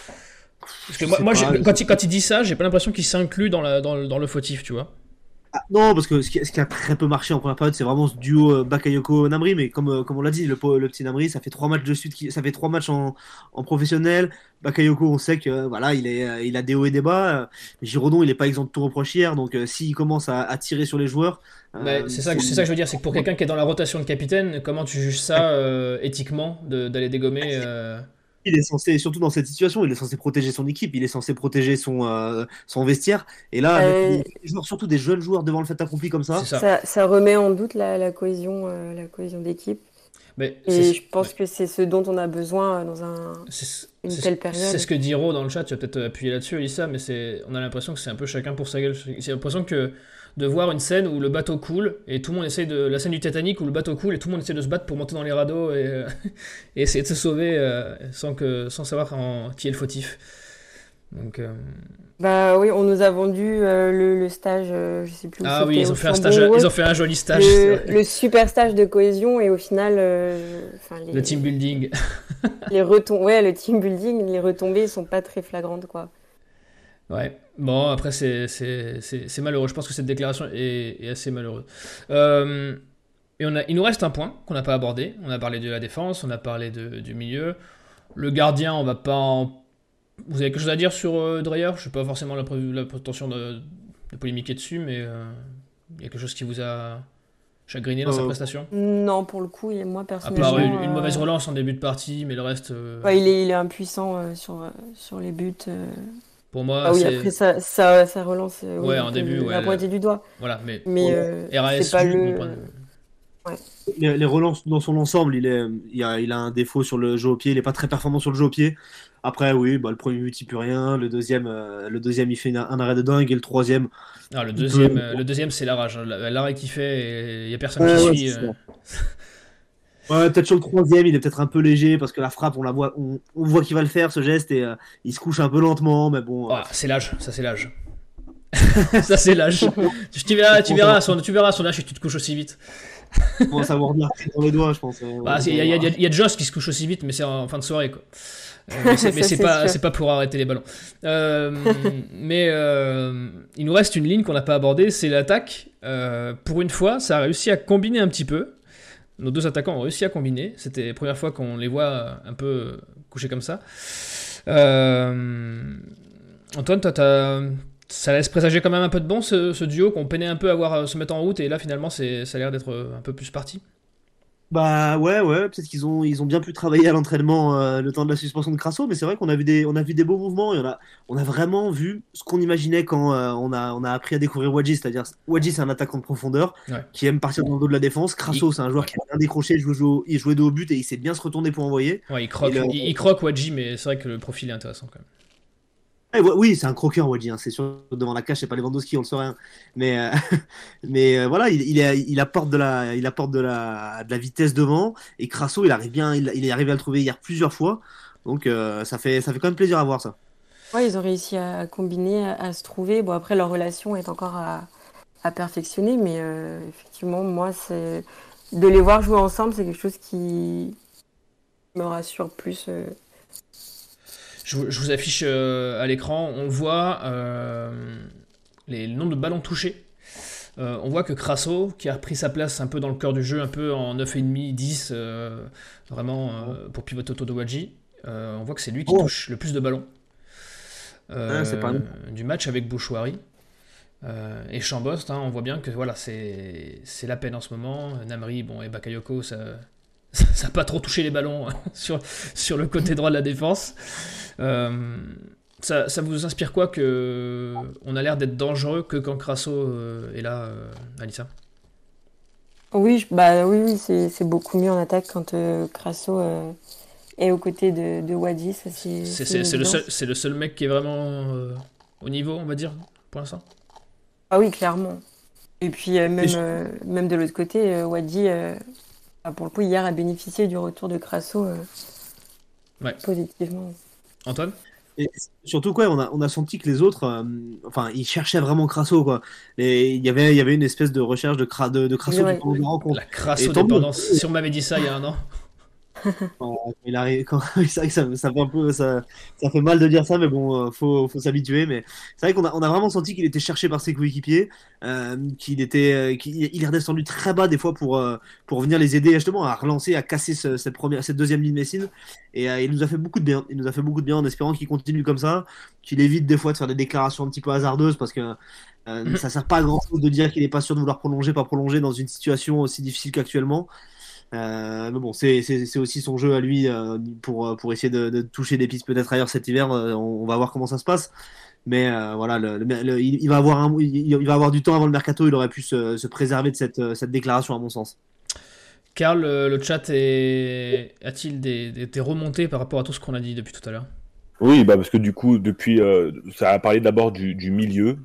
Parce que quand il dit ça, j'ai pas l'impression qu'il s'inclut dans le fautif, tu vois. Non, parce que ce qui a très peu marché en première période, c'est vraiment ce duo Bakayoko-Namri. Mais comme on l'a dit, le petit Namri, ça fait 3 matchs de suite, ça fait 3 matchs en professionnel. Bakayoko, on sait que voilà, il a des hauts et des bas. Giraudon, il est pas exempt de tout reproche hier, donc s'il commence à tirer sur les joueurs, C'est ça que je veux dire, c'est que pour quelqu'un qui est dans la rotation de capitaine, comment tu juges ça éthiquement d'aller dégommer il est censé, surtout dans cette situation, il est censé protéger son équipe, il est censé protéger son vestiaire. Et là, avec les joueurs, surtout des jeunes joueurs devant le fait accompli comme ça, ça remet en doute la cohésion d'équipe. Et je pense que c'est ce dont on a besoin dans une telle période. C'est ce que dit Ro dans le chat, tu vas peut-être appuyer là-dessus, Elissa, mais on a l'impression que c'est un peu chacun pour sa gueule. J'ai l'impression que de voir une scène où le bateau coule et tout le monde essaye la scène du Titanic où le bateau coule et tout le monde essaie de se battre pour monter dans les radeaux et essayer de se sauver sans savoir qui est le fautif. Donc, Bah oui, on nous a vendu le stage, je sais plus où ah oui, c'était, ils ont fait un joli stage. Le super stage de cohésion, et au final, le team building. le team building, les retombées sont pas très flagrantes, quoi. Ouais, bon, après c'est malheureux, je pense que cette déclaration est assez malheureuse. Et il nous reste un point qu'on n'a pas abordé. On a parlé de la défense, on a parlé du milieu. Le gardien, on va pas Vous avez quelque chose à dire sur Dreyer? Je n'ai pas forcément la prétention de polémiquer dessus, mais il y a quelque chose qui vous a chagriné dans sa prestation? Non, pour le coup, moi À personnellement... part une mauvaise relance en début de partie, mais le reste... il est impuissant sur les buts. Pour moi, oui, après ça relance en début, la pointée du doigt. Voilà, mais RAS, c'est pas le... Ouais. Les relances dans son ensemble, il a un défaut sur le jeu au pied, il est pas très performant sur le jeu au pied. Après, oui, le premier but il peut rien, le deuxième il fait un arrêt de dingue, et le troisième. Ah, le deuxième c'est la rage, l'arrêt qu'il fait, et il y a personne qui suit. Ouais, peut-être sur le troisième, il est peut-être un peu léger parce que la frappe, on la voit, on voit qu'il va le faire, ce geste, et il se couche un peu lentement, mais bon. C'est l'âge, ça c'est l'âge. Ça c'est l'âge. Tu verras son âge et tu te couches aussi vite. On commence à avoir bien dans les doigts, je pense. Il y a Joss qui se couche aussi vite, mais c'est en fin de soirée, quoi. Mais c'est pas pour arrêter les ballons. Mais il nous reste une ligne qu'on n'a pas abordée, c'est l'attaque. Pour une fois, ça a réussi à combiner un petit peu. nos deux attaquants ont réussi à combiner. C'était la première fois qu'on les voit un peu couchés comme ça. Antoine, toi, ça laisse présager quand même un peu de bon ce duo qu'on peinait un peu à voir se mettre en route et là finalement ça a l'air d'être un peu plus parti. Bah ouais, peut-être qu'ils ont bien pu travailler à l'entraînement le temps de la suspension de Crasso, mais c'est vrai qu'on a vu des beaux mouvements et on a vraiment vu ce qu'on imaginait quand on a appris à découvrir Wadji, c'est-à-dire Wadji c'est un attaquant de profondeur qui aime partir dans le dos de la défense. Crasso c'est un joueur qui a bien décroché, il jouait dos au but et il sait bien se retourner pour envoyer. Ouais, il croque Wadji, mais c'est vrai que le profil est intéressant quand même. Oui, c'est un croqueur, Wadji, hein, c'est sûr. Devant la cage, c'est pas Lewandowski, on le saurait. Hein. Mais, voilà, il apporte de la vitesse devant. Et Crasso, il est arrivé à le trouver hier plusieurs fois. Donc, ça fait quand même plaisir à voir ça. Ouais, ils ont réussi à combiner, à se trouver. Bon, après, leur relation est encore à perfectionner, mais effectivement, moi, de les voir jouer ensemble, c'est quelque chose qui me rassure plus. Je vous affiche à l'écran, on voit le nombre de ballons touchés. On voit que Crasso, qui a repris sa place un peu dans le cœur du jeu, un peu en 9,5, 10, vraiment pour pivoter autour de Wadji, on voit que c'est lui qui touche le plus de ballons du match avec Bouchouari. Et Chambost, on voit bien que voilà, c'est la peine en ce moment. Namri et Bakayoko, ça n'a pas trop touché les ballons sur le côté droit de la défense. Ça vous inspire quoi que on a l'air d'être dangereux que quand Crasso est là, Alissa? Oui, oui, c'est beaucoup mieux en attaque quand Crasso est aux côtés de Wadji. C'est le seul mec qui est vraiment au niveau, on va dire, pour l'instant. Ah oui, clairement. Et puis même de l'autre côté, Wadji, pour le coup, hier a bénéficié du retour de Crasso positivement. Antoine? Et surtout on a senti que les autres, ils cherchaient vraiment Crasso quoi. Et il y avait une espèce de recherche de Crasso Ouais. qu'on rencontre. La Crasso-dépendance. Si on m'avait dit ça il y a un an. Il arrive c'est vrai que ça fait un peu ça fait mal de dire ça mais bon faut s'habituer mais c'est vrai qu'on a vraiment senti qu'il était cherché par ses coéquipiers qu'il est redescendu très bas des fois pour venir les aider justement à relancer à casser cette deuxième ligne Messine et il nous a fait beaucoup de bien en espérant qu'il continue comme ça, qu'il évite des fois de faire des déclarations un petit peu hasardeuses parce que ça sert pas à grand chose de dire qu'il est pas sûr de vouloir pas prolonger dans une situation aussi difficile qu'actuellement. Mais bon, c'est aussi son jeu à lui pour essayer de toucher des pistes peut-être ailleurs cet hiver. On va voir comment ça se passe. Mais voilà, il va avoir du temps avant le mercato. Il aurait pu se préserver de cette déclaration, à mon sens. Karl, le chat a-t-il des remontées par rapport à tout ce qu'on a dit depuis tout à l'heure? Oui, parce que du coup, depuis, ça a parlé d'abord du milieu.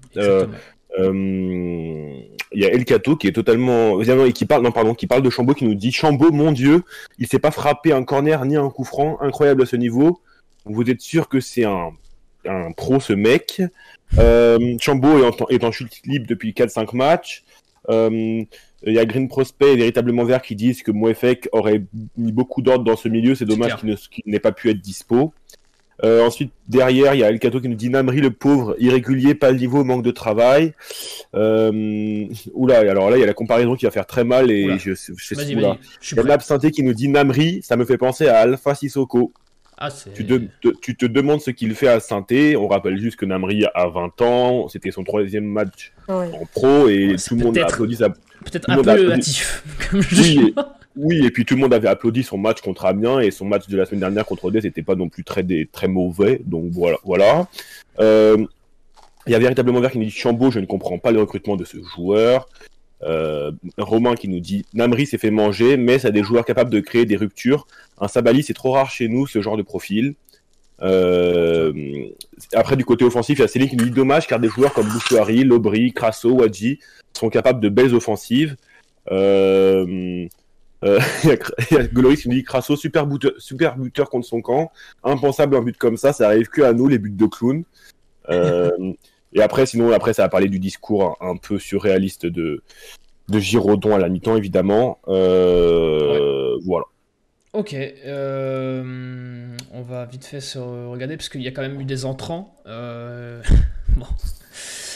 Il y a El Cato qui est totalement qui parle de Chambaud, qui nous dit: Chambaud, mon Dieu, il s'est pas frappé un corner ni un coup franc, incroyable à ce niveau. Vous êtes sûr que c'est un pro, ce mec? Chambaud est en chute libre depuis 4-5 matchs. Il y a Green Prospect et Véritablement Vert qui disent que Mouefek aurait mis beaucoup d'ordre dans ce milieu, c'est dommage qu'il n'ait pas pu être dispo. Ensuite, derrière, il y a El Cato qui nous dit: Namri, le pauvre, irrégulier, pas le niveau, manque de travail. Oula, alors là, il y a la comparaison qui va faire très mal. Et il y a Nab Synthé qui nous dit: Namri, ça me fait penser à Alpha Sissoko. Tu te demandes ce qu'il fait à Synthé. On rappelle juste que Namri a 20 ans, c'était son 3e match en pro et tout le monde a applaudi ça. Peut-être un peu hâtif. Oui, et puis tout le monde avait applaudi son match contre Amiens et son match de la semaine dernière contre Odès n'était pas non plus très mauvais. Donc voilà. Il y a Véritablement Vert qui nous dit: Chambaud, je ne comprends pas le recrutement de ce joueur. Romain qui nous dit: Namri s'est fait manger, mais ça a des joueurs capables de créer des ruptures. Un Sabali, c'est trop rare chez nous, ce genre de profil. Après, du côté offensif, il y a Céline qui nous dit: dommage, car des joueurs comme Bouchouari, Lobry, Crasso, Wadji sont capables de belles offensives. Il y a Gloris qui nous dit: Crasso, super buteur contre son camp. Impensable un but comme ça arrive que à nous, les buts de clown. Et après, ça va parler du discours un peu surréaliste de Giraudon à la mi-temps, évidemment. Voilà. Ok, on va vite fait se regarder parce qu'il y a quand même eu des entrants.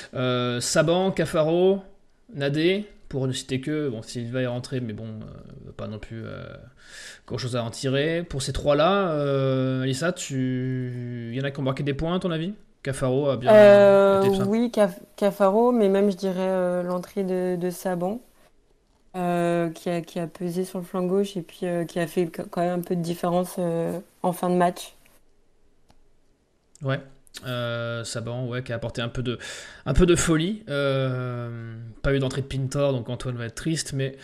Saban, Cafaro, Nadé, pour ne citer que, bon, Silva est rentré, mais bon, pas non plus grand-chose à en tirer. Pour ces trois-là, Alissa, il y en a qui ont marqué des points, à ton avis? Cafaro a bien été simple. Oui, Cafaro, mais même je dirais l'entrée de Saban, qui a pesé sur le flanc gauche et puis qui a fait quand même un peu de différence en fin de match. Ouais. Saban, ouais, qui a apporté un peu de folie. Pas eu d'entrée de Pintor, donc Antoine va être triste, mais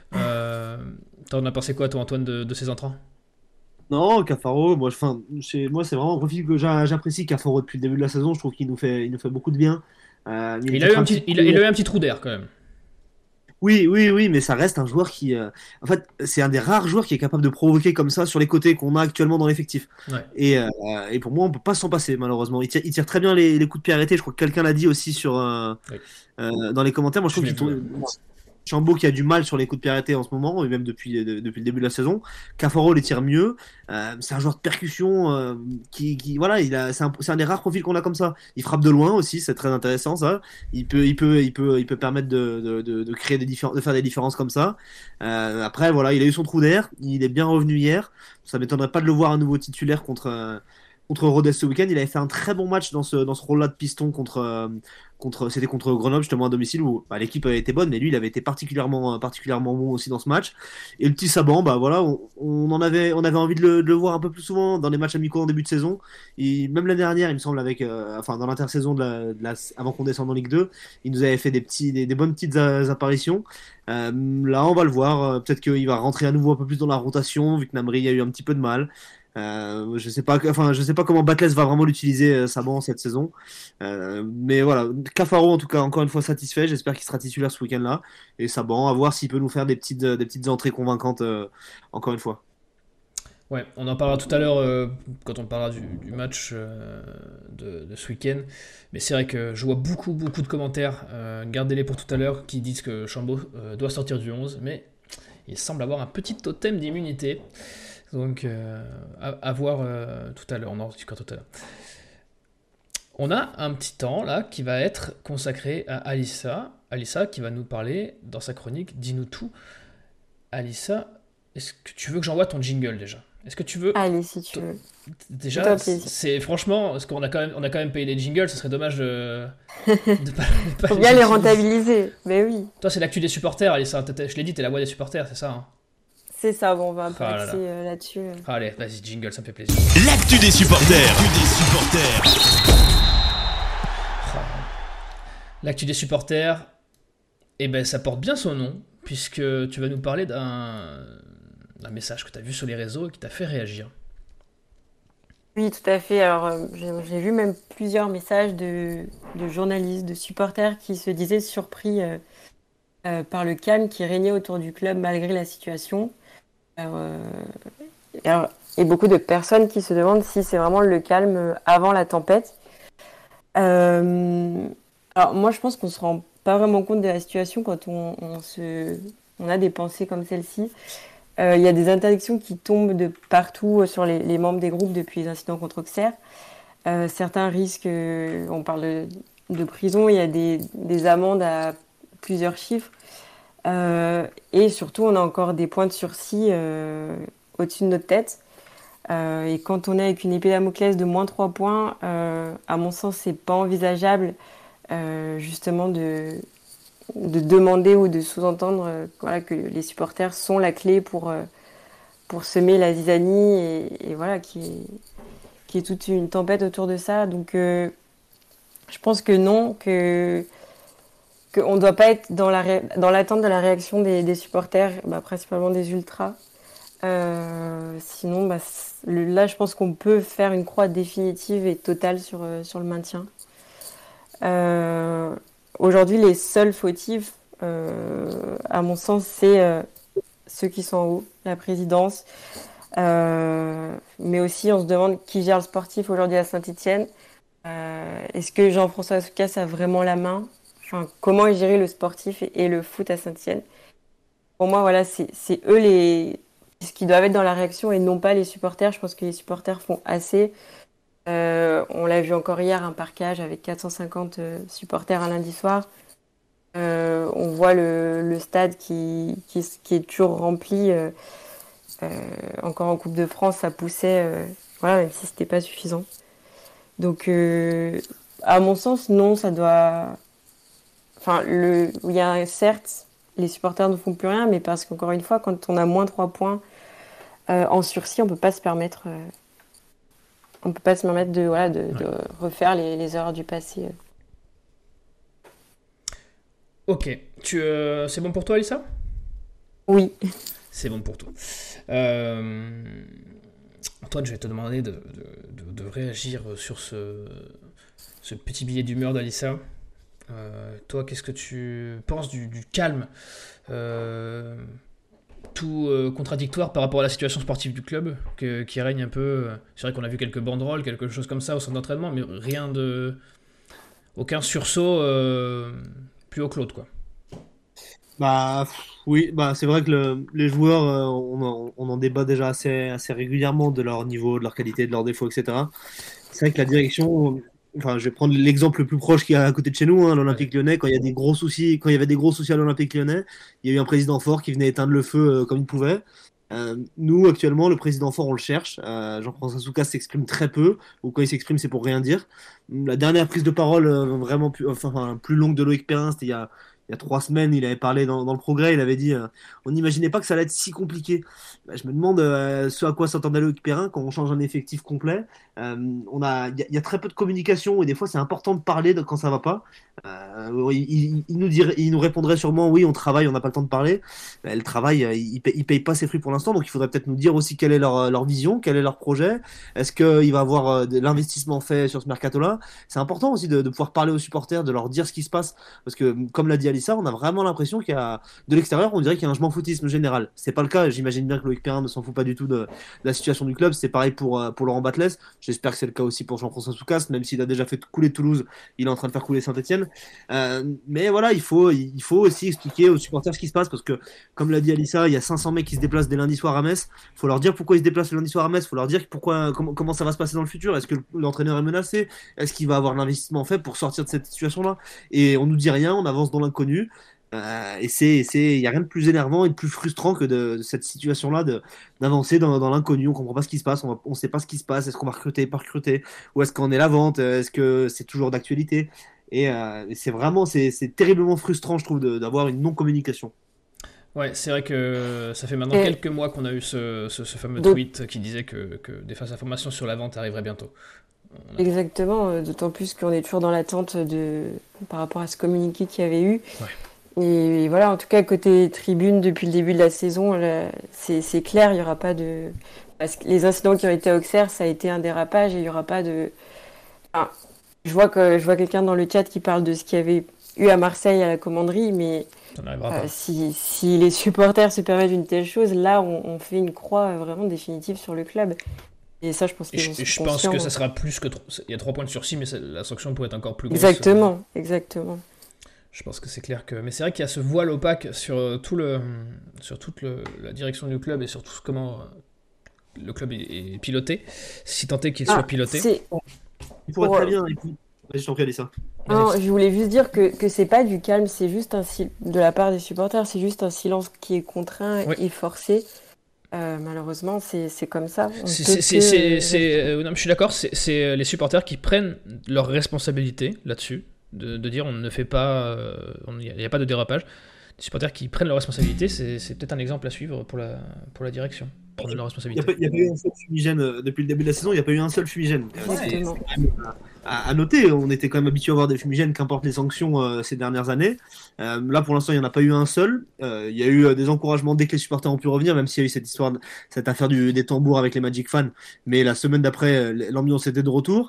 t'en as pensé quoi, toi, Antoine, de ces entrants? Non, Cafaro, moi c'est vraiment un profil que j'apprécie. Cafaro depuis le début de la saison, je trouve qu'il nous fait beaucoup de bien. Il Il était a eu un un petit petit, il a eu un petit trou d'air quand même. Oui, oui, oui, mais ça reste un joueur en fait, c'est un des rares joueurs qui est capable de provoquer comme ça sur les côtés qu'on a actuellement dans l'effectif. Ouais. Et pour moi, on peut pas s'en passer, malheureusement. Il tire très bien les coups de pied arrêtés. Je crois que quelqu'un l'a dit aussi Oui. dans les commentaires. Moi, je Je trouve l'ai qu'il vu, ouais. tourne. Chambaud qui a du mal sur les coups de pied arrêtés en ce moment, et même depuis le début de la saison. Cafaro les tire mieux. C'est un joueur de percussion voilà, c'est un des rares profils qu'on a comme ça. Il frappe de loin aussi, c'est très intéressant ça. Il peut permettre de créer de faire des différences comme ça. Après, voilà, il a eu son trou d'air. Il est bien revenu hier. Ça m'étonnerait pas de le voir à nouveau titulaire contre Rodez ce week-end. Il avait fait un très bon match dans ce rôle-là de piston c'était contre Grenoble justement à domicile où l'équipe avait été bonne, mais lui il avait été particulièrement bon aussi dans ce match. Et le petit Saban, bah voilà, on avait envie de le voir un peu plus souvent dans les matchs amicaux en début de saison. Et même l'année dernière, il me semble, enfin dans l'intersaison avant qu'on descende en Ligue 2, il nous avait fait des bonnes petites apparitions. Là, on va le voir. Peut-être qu'il va rentrer à nouveau un peu plus dans la rotation, vu que Namri a eu un petit peu de mal. Je sais pas comment Batles va vraiment l'utiliser, Saban, cette saison. Mais voilà, Cafaro en tout cas, encore une fois satisfait. J'espère qu'il sera titulaire ce week-end-là. Et Saban, à voir s'il peut nous faire des petites entrées convaincantes, encore une fois. Ouais, on en parlera tout à l'heure quand on parlera du match de ce week-end. Mais c'est vrai que je vois beaucoup, beaucoup de commentaires, gardez-les pour tout à l'heure, qui disent que Chambaud doit sortir du 11. Mais il semble avoir un petit totem d'immunité. Donc, à voir tout à l'heure. On en discutera tout à l'heure. On a un petit temps là qui va être consacré à Alissa. Alissa qui va nous parler dans sa chronique Dis-nous tout. Alissa, est-ce que tu veux que j'envoie ton jingle déjà? Est-ce que tu veux? Allez, si tu veux. Déjà, Fais-toi plaisir. c'est franchement, parce qu'on a quand même payé les jingles, ce serait dommage de pas Faut les bien les utiliser. rentabiliser. Mais oui, Toi, c'est l'actu des supporters, Alissa. Je l'ai dit, t'es la voix des supporters, c'est ça, hein? c'est ça. Bon, on va un peu Ah là là. axer là-dessus. Allez, vas-y, jingle, ça me fait plaisir. L'actu des supporters. L'actu des supporters. L'actu des supporters, eh ben, ça porte bien son nom, puisque tu vas nous parler d'un message que tu as vu sur les réseaux et qui t'a fait réagir. Oui, tout à fait. Alors, j'ai vu même plusieurs messages de journalistes, de supporters qui se disaient surpris par le calme qui régnait autour du club malgré la situation. Euh, et beaucoup de personnes qui se demandent si c'est vraiment le calme avant la tempête. Euh, alors, moi, je pense qu'on se rend pas vraiment compte de la situation quand on a des pensées comme celle-ci. Il y a des interdictions qui tombent de partout sur les membres des groupes depuis les incidents contre Auxerre. Certains risquent, on parle de prison, il y a des amendes à plusieurs chiffres. Et surtout, on a encore des points de sursis au-dessus de notre tête. Et quand on est avec une épée Damoclès de moins 3 points, à mon sens, c'est pas envisageable justement de demander ou de sous-entendre voilà, que les supporters sont la clé pour semer la zizanie et voilà, qui est toute une tempête autour de ça. Donc je pense que non, qu'on ne doit pas être dans l'attente de la réaction des supporters, principalement des ultras. Sinon, là, je pense qu'on peut faire une croix définitive et totale sur le maintien. Aujourd'hui, les seuls fautifs, à mon sens, c'est ceux qui sont en haut, la présidence. Mais aussi, on se demande qui gère le sportif aujourd'hui à Saint-Étienne. Est-ce que Jean-François Soucas a vraiment la main? Enfin, comment est géré le sportif et le foot à Saint-Étienne? Pour moi, voilà, c'est eux ce qui doivent être dans la réaction et non pas les supporters. Je pense que les supporters font assez. On l'a vu encore hier, un parquage avec 450 supporters un lundi soir. On voit le stade qui est toujours rempli. Encore en Coupe de France, ça poussait, voilà, même si c'était pas suffisant. Donc, à mon sens, non, ça doit. Enfin, il y a certes, les supporters ne font plus rien, mais parce qu'encore une fois, quand on a moins 3 points en sursis, on peut pas se permettre. On peut pas se permettre de refaire les erreurs du passé. Ok. C'est bon pour toi, Alissa ? Oui. C'est bon pour toi. Antoine, je vais te demander de réagir sur ce petit billet d'humeur d'Alissa. Toi, qu'est-ce que tu penses du calme tout contradictoire par rapport à la situation sportive du club qui règne un peu. C'est vrai qu'on a vu quelques banderoles, quelque chose comme ça au centre d'entraînement, mais aucun sursaut plus haut que l'autre, quoi. Bah oui, bah c'est vrai que les joueurs, on en débat déjà assez régulièrement de leur niveau, de leur qualité, de leurs défauts, etc. C'est vrai que la direction, enfin, je vais prendre l'exemple le plus proche qui est à côté de chez nous, l'Olympique Lyonnais. Quand il y a des gros soucis, quand il y avait des gros soucis à l'Olympique Lyonnais, il y a eu un président fort qui venait éteindre le feu comme il pouvait. Nous, actuellement, le président fort, on le cherche. Jean-François Soucas s'exprime très peu, ou quand il s'exprime, c'est pour rien dire. La dernière prise de parole vraiment plus longue de Loïc Perrin, c'était il y a 3 semaines. Il avait parlé dans le Progrès, il avait dit on n'imaginait pas que ça allait être si compliqué. Je me demande ce à quoi s'attendait Loïc Perrin quand on change un effectif complet. Il y a très peu de communication et des fois c'est important de parler quand ça va pas. Il nous répondrait sûrement oui, on travaille, on n'a pas le temps de parler. Le travail, il paye pas ses fruits pour l'instant, donc il faudrait peut-être nous dire aussi quelle est leur vision, quel est leur projet. Est-ce qu'il va y avoir de l'investissement fait sur ce mercato-là? C'est important aussi de pouvoir parler aux supporters, de leur dire ce qui se passe, parce que comme l'a dit Alissa, on a vraiment l'impression qu'il y a de l'extérieur, on dirait qu'il y a un je m'en foutisme général. C'est pas le cas. J'imagine bien que Loïc Perrin ne s'en fout pas du tout de la situation du club. C'est pareil pour Laurent Batles. J'espère que c'est le cas aussi pour Jean-François Soucas, même s'il a déjà fait couler Toulouse, il est en train de faire couler Saint-Etienne. Mais voilà, il faut aussi expliquer aux supporters ce qui se passe, parce que, comme l'a dit Alissa, il y a 500 mecs qui se déplacent dès lundi soir à Metz. Il faut leur dire pourquoi ils se déplacent le lundi soir à Metz. Il faut leur dire comment ça va se passer dans le futur. Est-ce que l'entraîneur est menacé? Est-ce qu'il va avoir l'investissement fait pour sortir de cette situation-là? Et on nous dit rien, on avance dans l'inconnu. Et il n'y a rien de plus énervant et de plus frustrant que de cette situation-là d'avancer dans l'inconnu. On comprend pas ce qui se passe, on sait pas ce qui se passe. Est-ce qu'on va recruter, pas recruter? Où est-ce qu'on est la vente? Est-ce que c'est toujours d'actualité? Et c'est terriblement frustrant, je trouve, d'avoir une non-communication. Ouais, c'est vrai que ça fait maintenant quelques mois qu'on a eu ce fameux tweet qui disait que des fausses informations sur la vente arriveraient bientôt. Exactement, d'autant plus qu'on est toujours dans l'attente par rapport à ce communiqué qu'il y avait eu. Ouais. Et voilà, en tout cas, côté tribune, depuis le début de la saison, là, c'est clair, il n'y aura pas de... Parce que les incidents qui ont été à Auxerre, ça a été un dérapage et il n'y aura pas de... Enfin, je vois quelqu'un dans le chat qui parle de ce qu'il y avait eu à Marseille à la commanderie, mais si les supporters se permettent une telle chose, là, on fait une croix vraiment définitive sur le club. Et ça, je pense qu'ils vont se Je pense que ça sera plus que... Il y a 3 points de sursis, mais la sanction pourrait être encore plus grosse. Exactement. Je pense que c'est clair que... Mais c'est vrai qu'il y a ce voile opaque sur toute la direction du club et sur tout comment le club est piloté, si tant est qu'il soit piloté. Il pourrait très bien... Je t'en prie, Alissa. Non, je voulais juste dire que c'est pas du calme, c'est juste de la part des supporters, c'est juste un silence qui est contraint et forcé. Malheureusement, c'est comme ça. Non, je suis d'accord, c'est les supporters qui prennent leurs responsabilités là-dessus, de dire on ne fait pas, il n'y a pas de dérapage. Les supporters qui prennent leurs responsabilités, c'est peut-être un exemple à suivre pour la direction. Prendre leurs responsabilités. Il n'y a pas eu un seul fumigène depuis le début de la saison, il n'y a pas eu un seul fumigène. C'est à noter, on était quand même habitué à voir des fumigènes, qu'importe les sanctions ces dernières années. Là, pour l'instant, il n'y en a pas eu un seul. Il y a eu des encouragements dès que les supporters ont pu revenir, même s'il y a eu cette affaire des tambours avec les Magic Fans. Mais la semaine d'après, l'ambiance était de retour.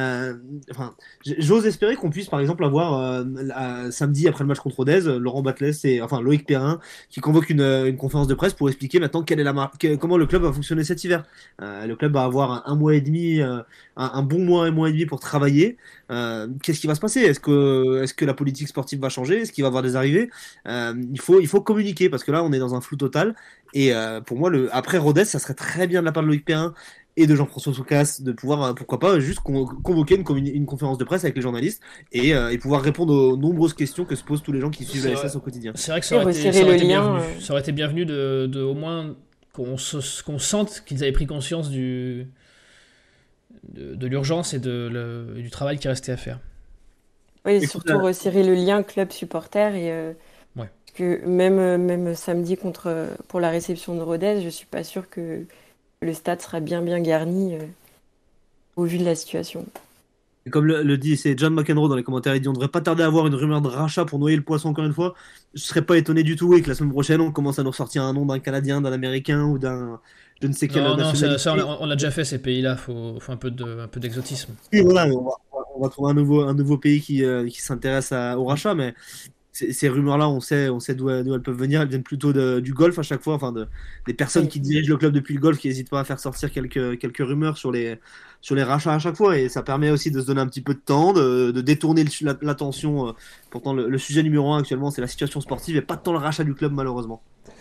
J'ose espérer qu'on puisse, par exemple, avoir samedi après le match contre Rodez, Laurent Batles Loïc Perrin qui convoque une conférence de presse pour expliquer maintenant comment le club va fonctionner cet hiver. Le club va avoir un mois et demi, un bon mois et demi pour travailler. Qu'est-ce qui va se passer? Est-ce que la politique sportive va changer? Est-ce qu'il va y avoir des arrivées? Il faut communiquer, parce que là on est dans un flou total. Et pour moi, après Rodez, ça serait très bien de la part de Loïc Perrin et de Jean-François Soucas de pouvoir, pourquoi pas, juste convoquer une conférence de presse avec les journalistes et pouvoir répondre aux nombreuses questions que se posent tous les gens qui suivent la SS au quotidien. C'est vrai que ça aurait été bienvenu de au moins qu'on sente qu'ils avaient pris conscience de l'urgence et du travail qui restait à faire. Oui, et surtout resserrer le lien club-supporter et que même samedi pour la réception de Rodez, je suis pas sûre que le stade sera bien garni au vu de la situation. Et comme le dit, c'est John McEnroe dans les commentaires, il dit on devrait pas tarder à avoir une rumeur de rachat pour noyer le poisson encore une fois. Je serais pas étonné du tout et que la semaine prochaine on commence à nous ressortir un nom d'un Canadien, d'un Américain ou d'un je ne sais quelle nationalité. Non, ça on a déjà fait ces pays-là, faut un peu d'exotisme. Oui, voilà, on va trouver un nouveau pays qui s'intéresse au rachat, mais ces rumeurs-là, on sait d'où elles peuvent venir. Elles viennent plutôt du golf à chaque fois, enfin des personnes qui dirigent le club depuis le golf qui n'hésitent pas à faire sortir quelques rumeurs sur les rachats à chaque fois. Et ça permet aussi de se donner un petit peu de temps, de détourner l'attention. Pourtant, le sujet numéro 1 actuellement, c'est la situation sportive et pas tant le rachat du club, malheureusement.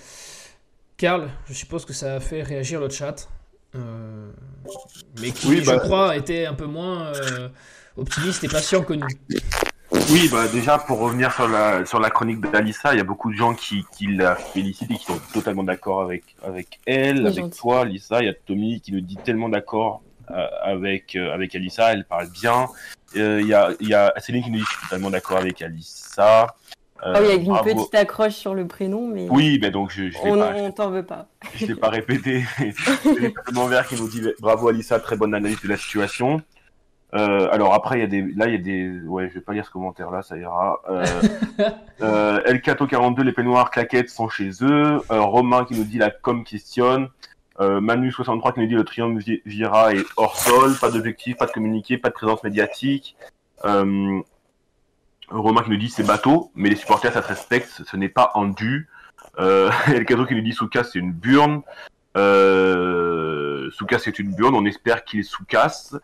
Karl, je suppose que ça a fait réagir le chat. Mais qui, je crois, était un peu moins optimiste et patient que nous. Oui, déjà pour revenir sur la chronique d'Alissa, il y a beaucoup de gens qui la félicitent et qui sont totalement d'accord avec elle, avec toi, Lisa. Il y a Tommy qui nous dit tellement d'accord avec Alissa, elle parle bien. Il y a Céline qui nous dit je suis totalement d'accord avec Alissa. Il y a une petite accroche sur le prénom, mais oui, mais donc je on t'en veut pas. Je l'ai pas répété. C'est Clément Vert qui nous dit bravo Alissa, très bonne analyse de la situation. Alors après il y a des ouais, je vais pas lire ce commentaire là, ça ira. Elkato 42, les peignoirs claquettes sont chez eux. Romain qui nous dit la com questionne. Manu 63 qui nous dit le triangle Vira est hors sol, pas d'objectif, pas de communiqué, pas de présence médiatique. Romain qui nous dit c'est bateau, mais les supporters ça se respecte, ce n'est pas en dû. Elkato qui nous dit Soucas c'est une burne. Soucas c'est une burne, on espère qu'il sous-casse.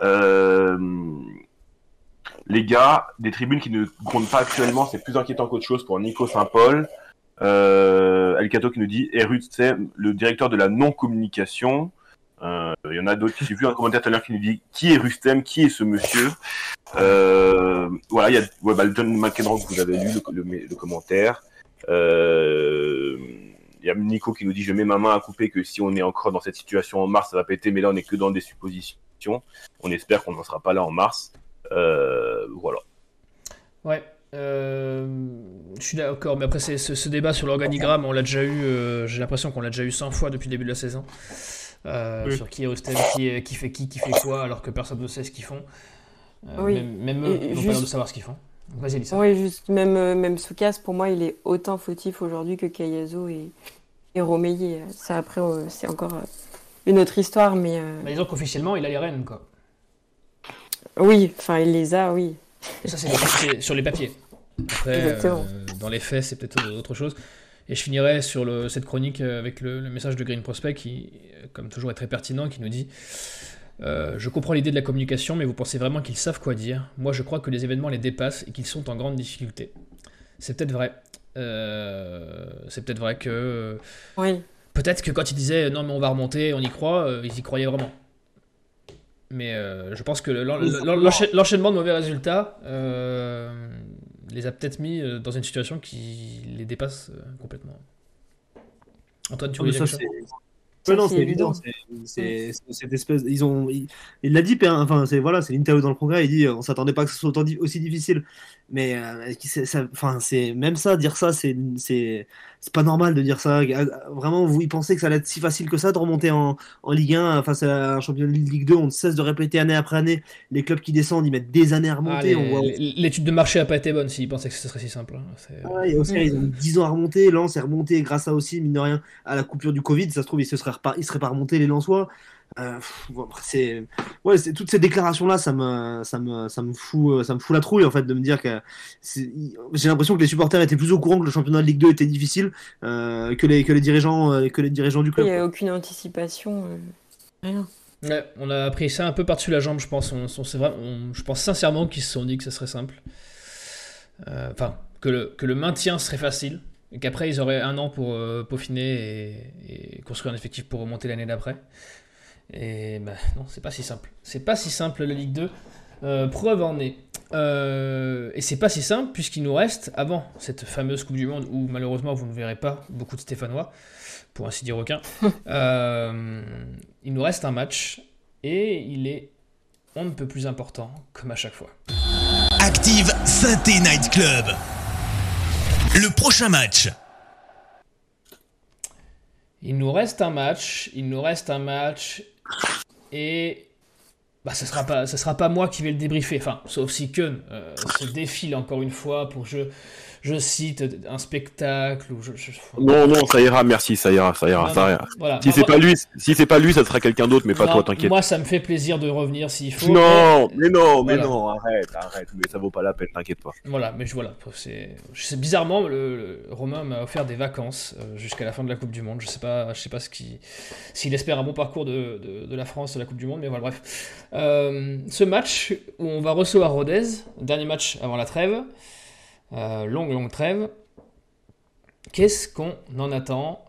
Les gars, des tribunes qui ne grondent pas actuellement, c'est plus inquiétant qu'autre chose pour Nico Saint-Paul. Elkato qui nous dit Rustem, le directeur de la non-communication. Il y en a d'autres. J'ai vu un commentaire tout à l'heure qui nous dit qui est Rustem, qui est ce monsieur. Voilà, il y a John McEnroe que vous avez lu le commentaire. Il y a Nico qui nous dit je mets ma main à couper que si on est encore dans cette situation en mars ça va péter, mais là on est que dans des suppositions. On espère qu'on n'en sera pas là en mars. Voilà. Ouais. Je suis d'accord, mais après ce débat sur l'organigramme, on l'a déjà eu. J'ai l'impression qu'on l'a déjà eu 100 fois depuis le début de la saison. Sur qui est Rustem, qui fait quoi, alors que personne ne sait ce qu'ils font. Même eux n'ont pas l'air de savoir ce qu'ils font. Donc, vas-y, Lisa. Oui, juste même Soucas, pour moi, il est autant fautif aujourd'hui que Kayazo et Romeyer. Ça, après, c'est encore une autre histoire, mais... disons qu'officiellement, il a les rênes, quoi. Oui, enfin, il les a, oui. Et ça, c'est sur les papiers. Après, dans les faits, c'est peut-être autre chose. Et je finirai sur cette chronique avec le message de Green Prospect qui, comme toujours, est très pertinent, qui nous dit je comprends l'idée de la communication, mais vous pensez vraiment qu'ils savent quoi dire ? Moi, je crois que les événements les dépassent et qu'ils sont en grande difficulté. C'est peut-être vrai. C'est peut-être vrai que... oui. Peut-être que quand ils disaient « non, mais on va remonter, on y croit », ils y croyaient vraiment. Mais je pense que l'enchaînement de mauvais résultats les a peut-être mis dans une situation qui les dépasse complètement. Antoine, tu voulais dire quelque chose ? Non, c'est évident. C'est cette espèce. Il l'a dit, enfin, c'est l'interview dans le Progrès. Il dit, on s'attendait pas que ce soit aussi difficile. Mais c'est même ça, dire ça, c'est pas normal de dire ça. Vraiment, ils pensaient que ça allait être si facile que ça de remonter en Ligue 1 face à un championnat de Ligue 2. On ne cesse de répéter année après année. Les clubs qui descendent, ils mettent des années à remonter. L'étude de marché n'a pas été bonne s'ils pensaient que ce serait si simple. Et Auxerre, ils ont 10 ans à remonter. Lens est remonté grâce à aussi, mine de rien, à la coupure du Covid. Ça se trouve, ils seraient pas remontés, les Lensois. C'est toutes ces déclarations là ça me fout la trouille en fait de me dire que j'ai l'impression que les supporters étaient plus au courant que le championnat de Ligue 2 était difficile que les dirigeants du club. Il n'y a aucune anticipation, rien. Ouais, on a pris ça un peu par-dessus la jambe, je pense. Je pense sincèrement qu'ils se sont dit que ça serait simple, que le maintien serait facile et qu'après ils auraient un an pour peaufiner et construire un effectif pour remonter l'année d'après. Et non, c'est pas si simple. C'est pas si simple la Ligue 2. Preuve en est. Et c'est pas si simple puisqu'il nous reste, avant cette fameuse Coupe du Monde où malheureusement vous ne verrez pas beaucoup de Stéphanois, pour ainsi dire aucun, il nous reste un match et il est on ne peut plus important comme à chaque fois. Active Saint-Étienne Night Club. Le prochain match. Il nous reste un match et ce sera pas moi qui vais le débriefer, enfin, sauf si Keun se défile encore une fois pour je cite un spectacle ou Non, ça ira, merci, ça ira. Voilà. Si c'est pas lui, ça sera quelqu'un d'autre, mais pas toi, t'inquiète. Moi, ça me fait plaisir de revenir s'il faut. Non, voilà. arrête, mais ça vaut pas la peine, t'inquiète pas. Voilà, mais c'est bizarrement, le Romain m'a offert des vacances jusqu'à la fin de la Coupe du Monde. Je sais pas s'il espère un bon parcours de la France à la Coupe du Monde, mais voilà, bref. Ce match où on va recevoir Rodez, dernier match avant la trêve. Longue trêve. Qu'est-ce qu'on en attend,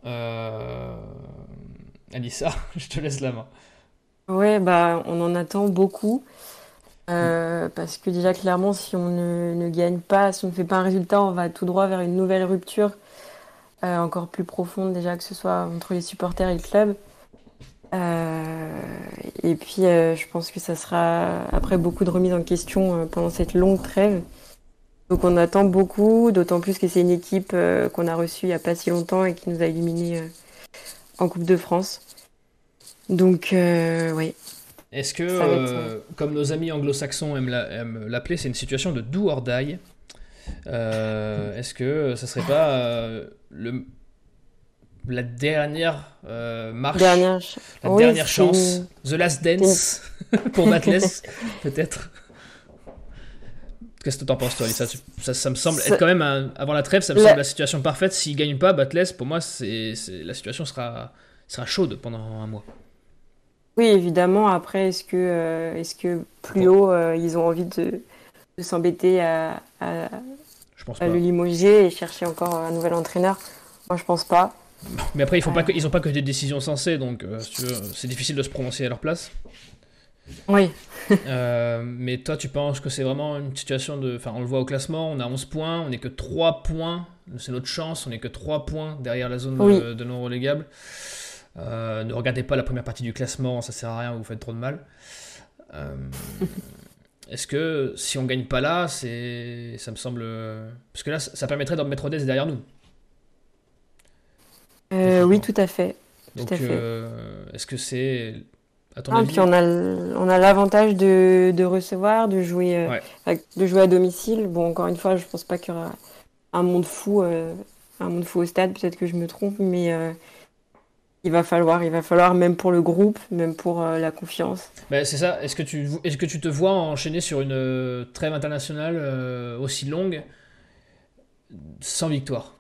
Alissa, je te laisse la main. Ouais, on en attend beaucoup. Parce que déjà, clairement, si on ne gagne pas, si on ne fait pas un résultat, on va tout droit vers une nouvelle rupture encore plus profonde, déjà, que ce soit entre les supporters et le club. Et puis, je pense que ça sera après beaucoup de remises en question pendant cette longue trêve. Donc on attend beaucoup, d'autant plus que c'est une équipe qu'on a reçue il n'y a pas si longtemps et qui nous a éliminés en Coupe de France. Donc, oui. Est-ce que, comme nos amis anglo-saxons aiment l'appeler, c'est une situation de do or die est-ce que ça serait pas la dernière marche, dernière chance, The Last Dance pour Batles, peut-être? Qu'est-ce que t'en penses, toi, Alissa? Ça me semble être quand même, avant la trêve, ça me semble la situation parfaite. S'ils ne gagnent pas, Batles, pour moi, la situation sera chaude pendant un mois. Oui, évidemment. Après, est-ce que plus haut, ils ont envie de s'embêter à le limoger et chercher encore un nouvel entraîneur? Moi, je pense pas. Mais après, ils n'ont pas que des décisions sensées, donc si tu veux, c'est difficile de se prononcer à leur place. Oui. Mais toi, tu penses que c'est vraiment une situation de... Enfin, on le voit au classement, on a 11 points, on n'est que 3 points, c'est notre chance, on n'est que 3 points derrière la zone de non relégable. Ne regardez pas la première partie du classement, ça sert à rien, vous faites trop de mal. Est-ce que si on gagne pas là, ça me semble... Parce que là, ça permettrait de remettre Rodez derrière nous. Oui, tout à fait. Donc, est-ce que c'est... Puis on a l'avantage de recevoir, de jouer à domicile. Bon, encore une fois, je pense pas qu'il y aura un monde fou au stade. Peut-être que je me trompe, mais il va falloir même pour le groupe, même pour la confiance. C'est ça. Est-ce que tu te vois enchaîner sur une trêve internationale aussi longue sans victoire?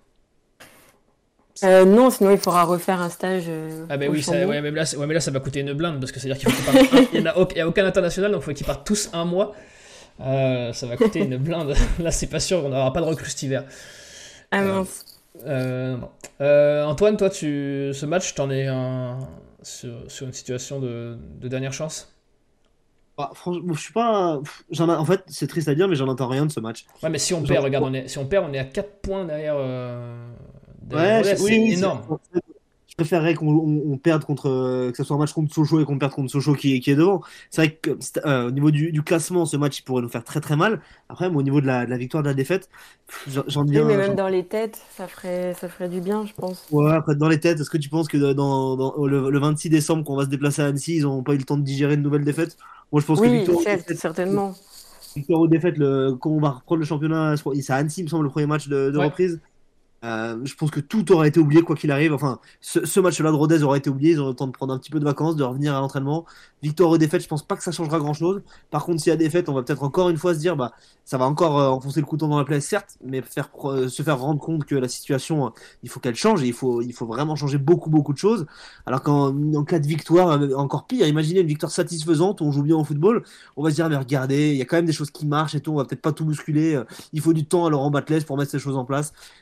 Non, sinon il faudra refaire un stage. Mais là ça va coûter une blinde parce que c'est-à-dire qu'il faut qu'ils partent. Il n'y a aucun international, donc il faut qu'ils partent tous un mois. Ça va coûter une blinde. Là, c'est pas sûr, on n'aura pas de recrues cet hiver. Ah mince. Non. Antoine, toi, ce match, t'en es sur une situation de dernière chance? Franchement, je suis pas. En fait, c'est triste à dire, mais j'en entends rien de ce match. Ouais, mais si on perd, regarde, on est à 4 points derrière. C'est énorme. Je préférerais qu'on perde que ce soit un match contre Sochaux et qu'on perde contre Sochaux qui est devant. C'est vrai que au niveau du classement, ce match il pourrait nous faire très très mal. Après, au niveau de la victoire, de la défaite, j'en viens. Oui, mais même dans les têtes, ça ferait du bien, je pense. Ouais, après, dans les têtes, est-ce que tu penses que le 26 décembre, quand on va se déplacer à Annecy, ils n'ont pas eu le temps de digérer une nouvelle défaite? Moi, je pense que certainement. Victoire ou défaite, quand on va reprendre le championnat, c'est à Annecy, il me semble, le premier match de reprise. Je pense que tout aurait été oublié quoi qu'il arrive. Enfin, ce match-là de Rodez aurait été oublié. Ils auraient le temps de prendre un petit peu de vacances, de revenir à l'entraînement. Victoire ou défaite, je pense pas que ça changera grand-chose. Par contre, s'il y a défaite, on va peut-être encore une fois se dire, ça va encore enfoncer le couteau dans la plaie, certes, mais se faire rendre compte que la situation, il faut qu'elle change et il faut vraiment changer beaucoup de choses. Alors qu'en cas de victoire, encore pire, imaginez une victoire satisfaisante où on joue bien au football, on va se dire, mais regardez, il y a quand même des choses qui marchent et tout, on va peut-être pas tout bousculer. Il faut du temps à Laurent Batles pour mettre ces choses en place. Un petit peu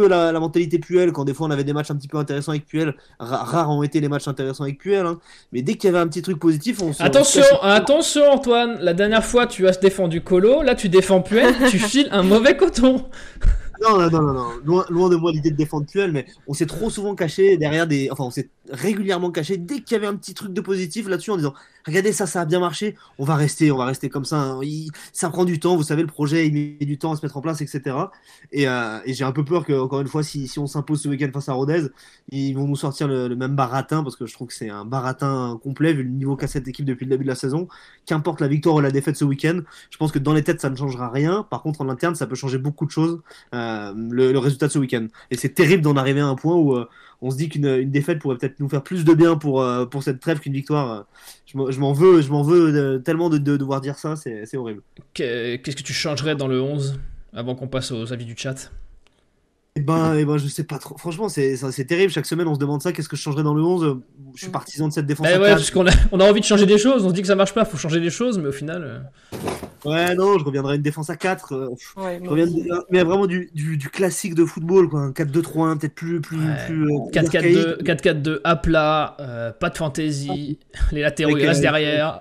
peu la mentalité Puel, quand des fois on avait des matchs un petit peu intéressants avec Puel. Rares ont été les matchs intéressants avec Puel, hein. Mais dès qu'il y avait un petit truc positif, Attention Antoine, la dernière fois tu as défendu Colo, là tu défends Puel, tu files un mauvais coton. Non. Loin de moi l'idée de défendre Puel, mais on s'est trop souvent caché derrière on s'est régulièrement caché dès qu'il y avait un petit truc de positif là-dessus en disant regardez ça a bien marché, on va rester comme ça, hein. Ça prend du temps, vous savez, le projet il met du temps à se mettre en place, etc. Et j'ai un peu peur que, encore une fois, si on s'impose ce week-end face à Rodez, ils vont nous sortir le même baratin, parce que je trouve que c'est un baratin complet vu le niveau qu'a cette équipe depuis le début de la saison. Qu'importe la victoire ou la défaite ce week-end, je pense que dans les têtes ça ne changera rien. Par contre en interne ça peut changer beaucoup de choses, le résultat de ce week-end. Et c'est terrible d'en arriver à un point où on se dit qu'une défaite pourrait peut-être nous faire plus de bien pour cette trêve qu'une victoire. Je m'en veux tellement de devoir dire ça, c'est horrible. Qu'est-ce que tu changerais dans le 11 avant qu'on passe aux avis du chat? Eh ben, je sais pas trop. Franchement, c'est terrible. Chaque semaine, on se demande ça. Qu'est-ce que je changerais dans le 11? Je suis partisan de cette défense à 4. Parce qu'on a envie de changer des choses. On se dit que ça marche pas, faut changer des choses, mais au final. Ouais, non, je reviendrai à une défense à 4. Ouais, mais vraiment du classique de football, quoi. Un 4-2-3-1, peut-être plus 4-4-2, 4-4-2 à plat, pas de fantaisie, les latéraux ils restent derrière.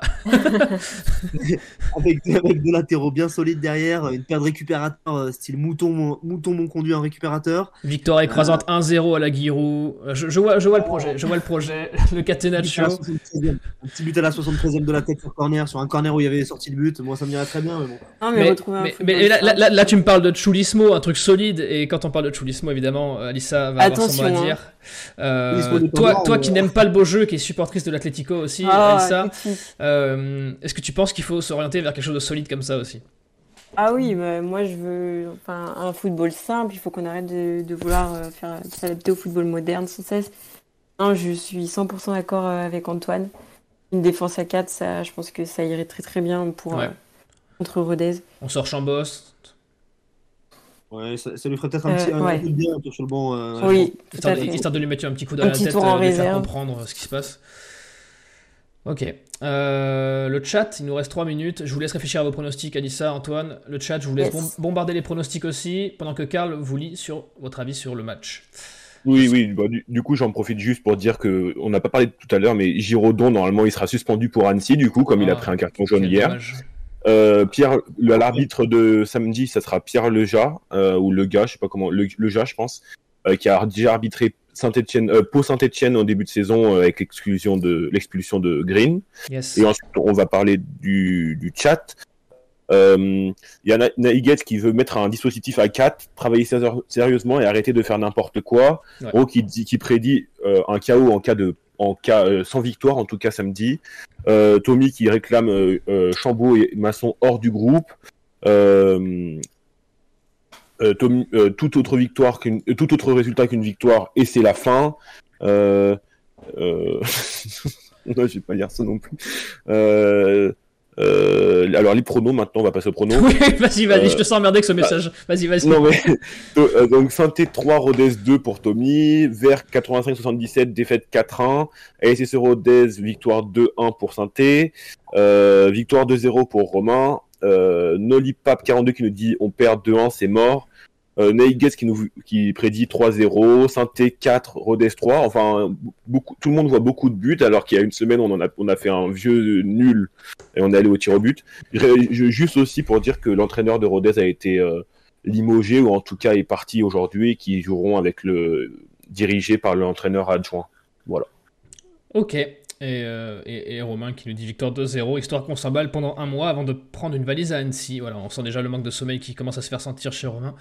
avec des latéraux bien solides derrière, une paire de récupérateurs style mouton m'ont conduit un récupérateur. Victoire écrasante 1-0 à la Giroud. Je vois le projet, le Catenaccio. Un petit but à la 73e de la tête sur corner, sur un corner où il y avait sorti le but. Moi, ça me dirait très bien, mais bon. Non, mais là, tu me parles de Chulismo, un truc solide, et quand on parle de Chulismo, évidemment, Alissa va avoir son mot à dire. Toi qui n'aimes pas le beau jeu, qui est supportrice de l'Atlético aussi, Alissa, est-ce que tu penses qu'il faut s'orienter vers quelque chose de solide comme ça aussi? Ah oui, moi je veux un football simple, il faut qu'on arrête de vouloir s'adapter au football moderne sans cesse. Non, je suis 100% d'accord avec Antoine. Une défense à 4, ça, je pense que ça irait très très bien contre Rodez. On sort Chambos. Ouais, ça lui ferait peut-être un peu de bien sur le banc. Oui, histoire de lui mettre un petit coup dans la tête, de lui faire comprendre ce qui se passe. Ok. Le chat, il nous reste 3 minutes. Je vous laisse réfléchir à vos pronostics, Alissa, Antoine. Le chat, je vous laisse bombarder les pronostics aussi, pendant que Karl vous lit sur votre avis sur le match. Oui. Bah, du coup, j'en profite juste pour dire que on n'a pas parlé tout à l'heure, mais Giraudon, normalement, il sera suspendu pour Annecy, du coup, comme il a pris un carton jaune hier. Pierre, l'arbitre de samedi, ça sera Pierre Leja, ou Lega, je sais pas comment, Leja, je pense, qui a déjà arbitré Pau Saint-Etienne en début de saison avec l'expulsion de Green. Yes. Et ensuite, on va parler du chat. Il y a Naïguet qui veut mettre un dispositif à 4, travailler sérieusement et arrêter de faire n'importe quoi. Ouais. Qui prédit un chaos en cas sans victoire, en tout cas samedi. Tommy qui réclame Chambaud et Masson hors du groupe. Tommy, tout autre résultat qu'une victoire, et c'est la fin. Non, je vais pas lire ça non plus. Alors les pronos maintenant, on va passer aux pronos. Oui, vas-y, je te sens emmerdé avec ce message. Vas-y. Non mais donc Saint-Étienne 3, Rodez 2 pour Tommy, Vert 85-77, défaite 4-1, ASC Rodez victoire 2-1 pour Saint-Étienne, victoire 2-0 pour Romain, Nolipap 42 qui nous dit on perd 2-1, c'est mort. Naïgues qui prédit 3-0, Saint-Étienne 4, Rodez 3. Enfin, tout le monde voit beaucoup de buts, alors qu'il y a une semaine, on a fait un vieux nul et on est allé au tir au but. Juste aussi pour dire que l'entraîneur de Rodez a été limogé, ou en tout cas est parti aujourd'hui, et qui joueront dirigé par l'entraîneur adjoint. Voilà. Ok. Et Romain qui nous dit victoire 2-0, histoire qu'on s'emballe pendant un mois avant de prendre une valise à Annecy. Voilà, on sent déjà le manque de sommeil qui commence à se faire sentir chez Romain.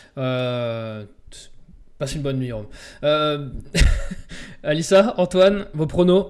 Passe une bonne nuit, Romain. Alissa, Antoine, vos pronos?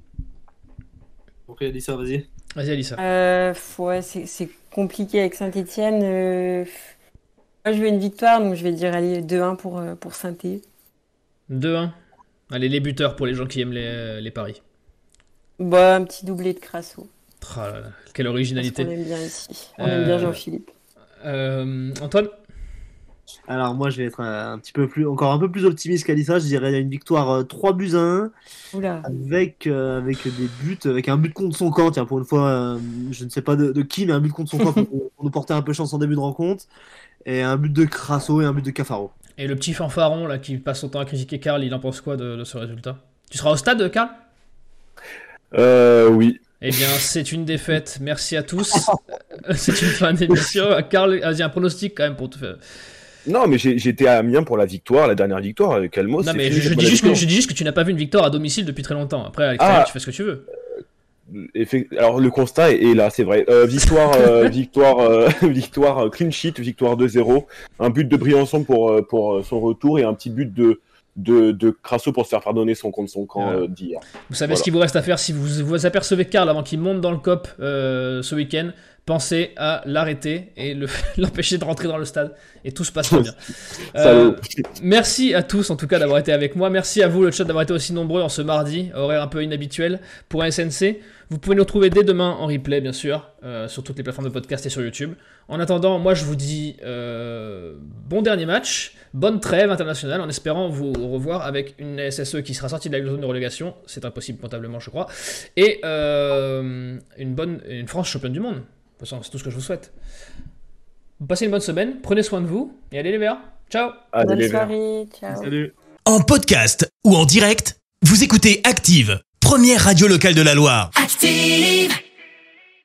Ok, Alissa, vas-y. Vas-y, Alissa. C'est compliqué avec Saint-Étienne. Moi, je veux une victoire, donc je vais dire 2-1 pour Saint-Étienne. 2-1. Allez, les buteurs pour les gens qui aiment les paris. Bah, un petit doublé de Crasso. Quelle originalité. On aime bien ici. On aime bien Jean-Philippe. Antoine? Alors moi je vais être encore un peu plus optimiste qu'Alissa. Je dirais une victoire 3-1. Oula. Avec des buts, avec un but contre son camp. Tiens, pour une fois, je ne sais pas de qui, mais un but contre son camp pour nous porter un peu chance en début de rencontre. Et un but de Crasso et un but de Cafaro. Et le petit fanfaron là qui passe son temps à critiquer Karl, il en pense quoi de ce résultat? Tu seras au stade, Karl? Oui. Eh bien, c'est une défaite. Merci à tous. C'est une fin d'émission. Karl, vas-y, un pronostic quand même pour te faire. Non, mais j'étais à Amiens pour la dernière victoire. Calmos. Non, mais je dis juste que tu n'as pas vu une victoire à domicile depuis très longtemps. Après, à l'extérieur, tu fais ce que tu veux. Alors le constat est là, c'est vrai. Victoire clean sheet, victoire 2-0, un but de Briançon pour son retour et un petit but de Crasso pour se faire pardonner son contre son camp d'hier. Vous savez ce qu'il vous reste à faire si vous apercevez Karl avant qu'il monte dans le COP ce week-end. Pensez à l'arrêter et l'empêcher de rentrer dans le stade et tout se passera bien. Merci à tous en tout cas d'avoir été avec moi. Merci à vous le chat d'avoir été aussi nombreux en ce mardi, horaire un peu inhabituel pour un SNC. Vous pouvez nous retrouver dès demain en replay bien sûr, sur toutes les plateformes de podcast et sur YouTube. En attendant, moi je vous dis bon dernier match, bonne trêve internationale en espérant vous revoir avec une SSE qui sera sortie de la zone de relégation, c'est impossible comptablement je crois, et une France championne du monde. De toute façon, c'est tout ce que je vous souhaite. Passez une bonne semaine, prenez soin de vous et allez les Verts. Ciao. Bonne soirée, ciao. Salut. En podcast ou en direct, vous écoutez Active, première radio locale de la Loire. Active!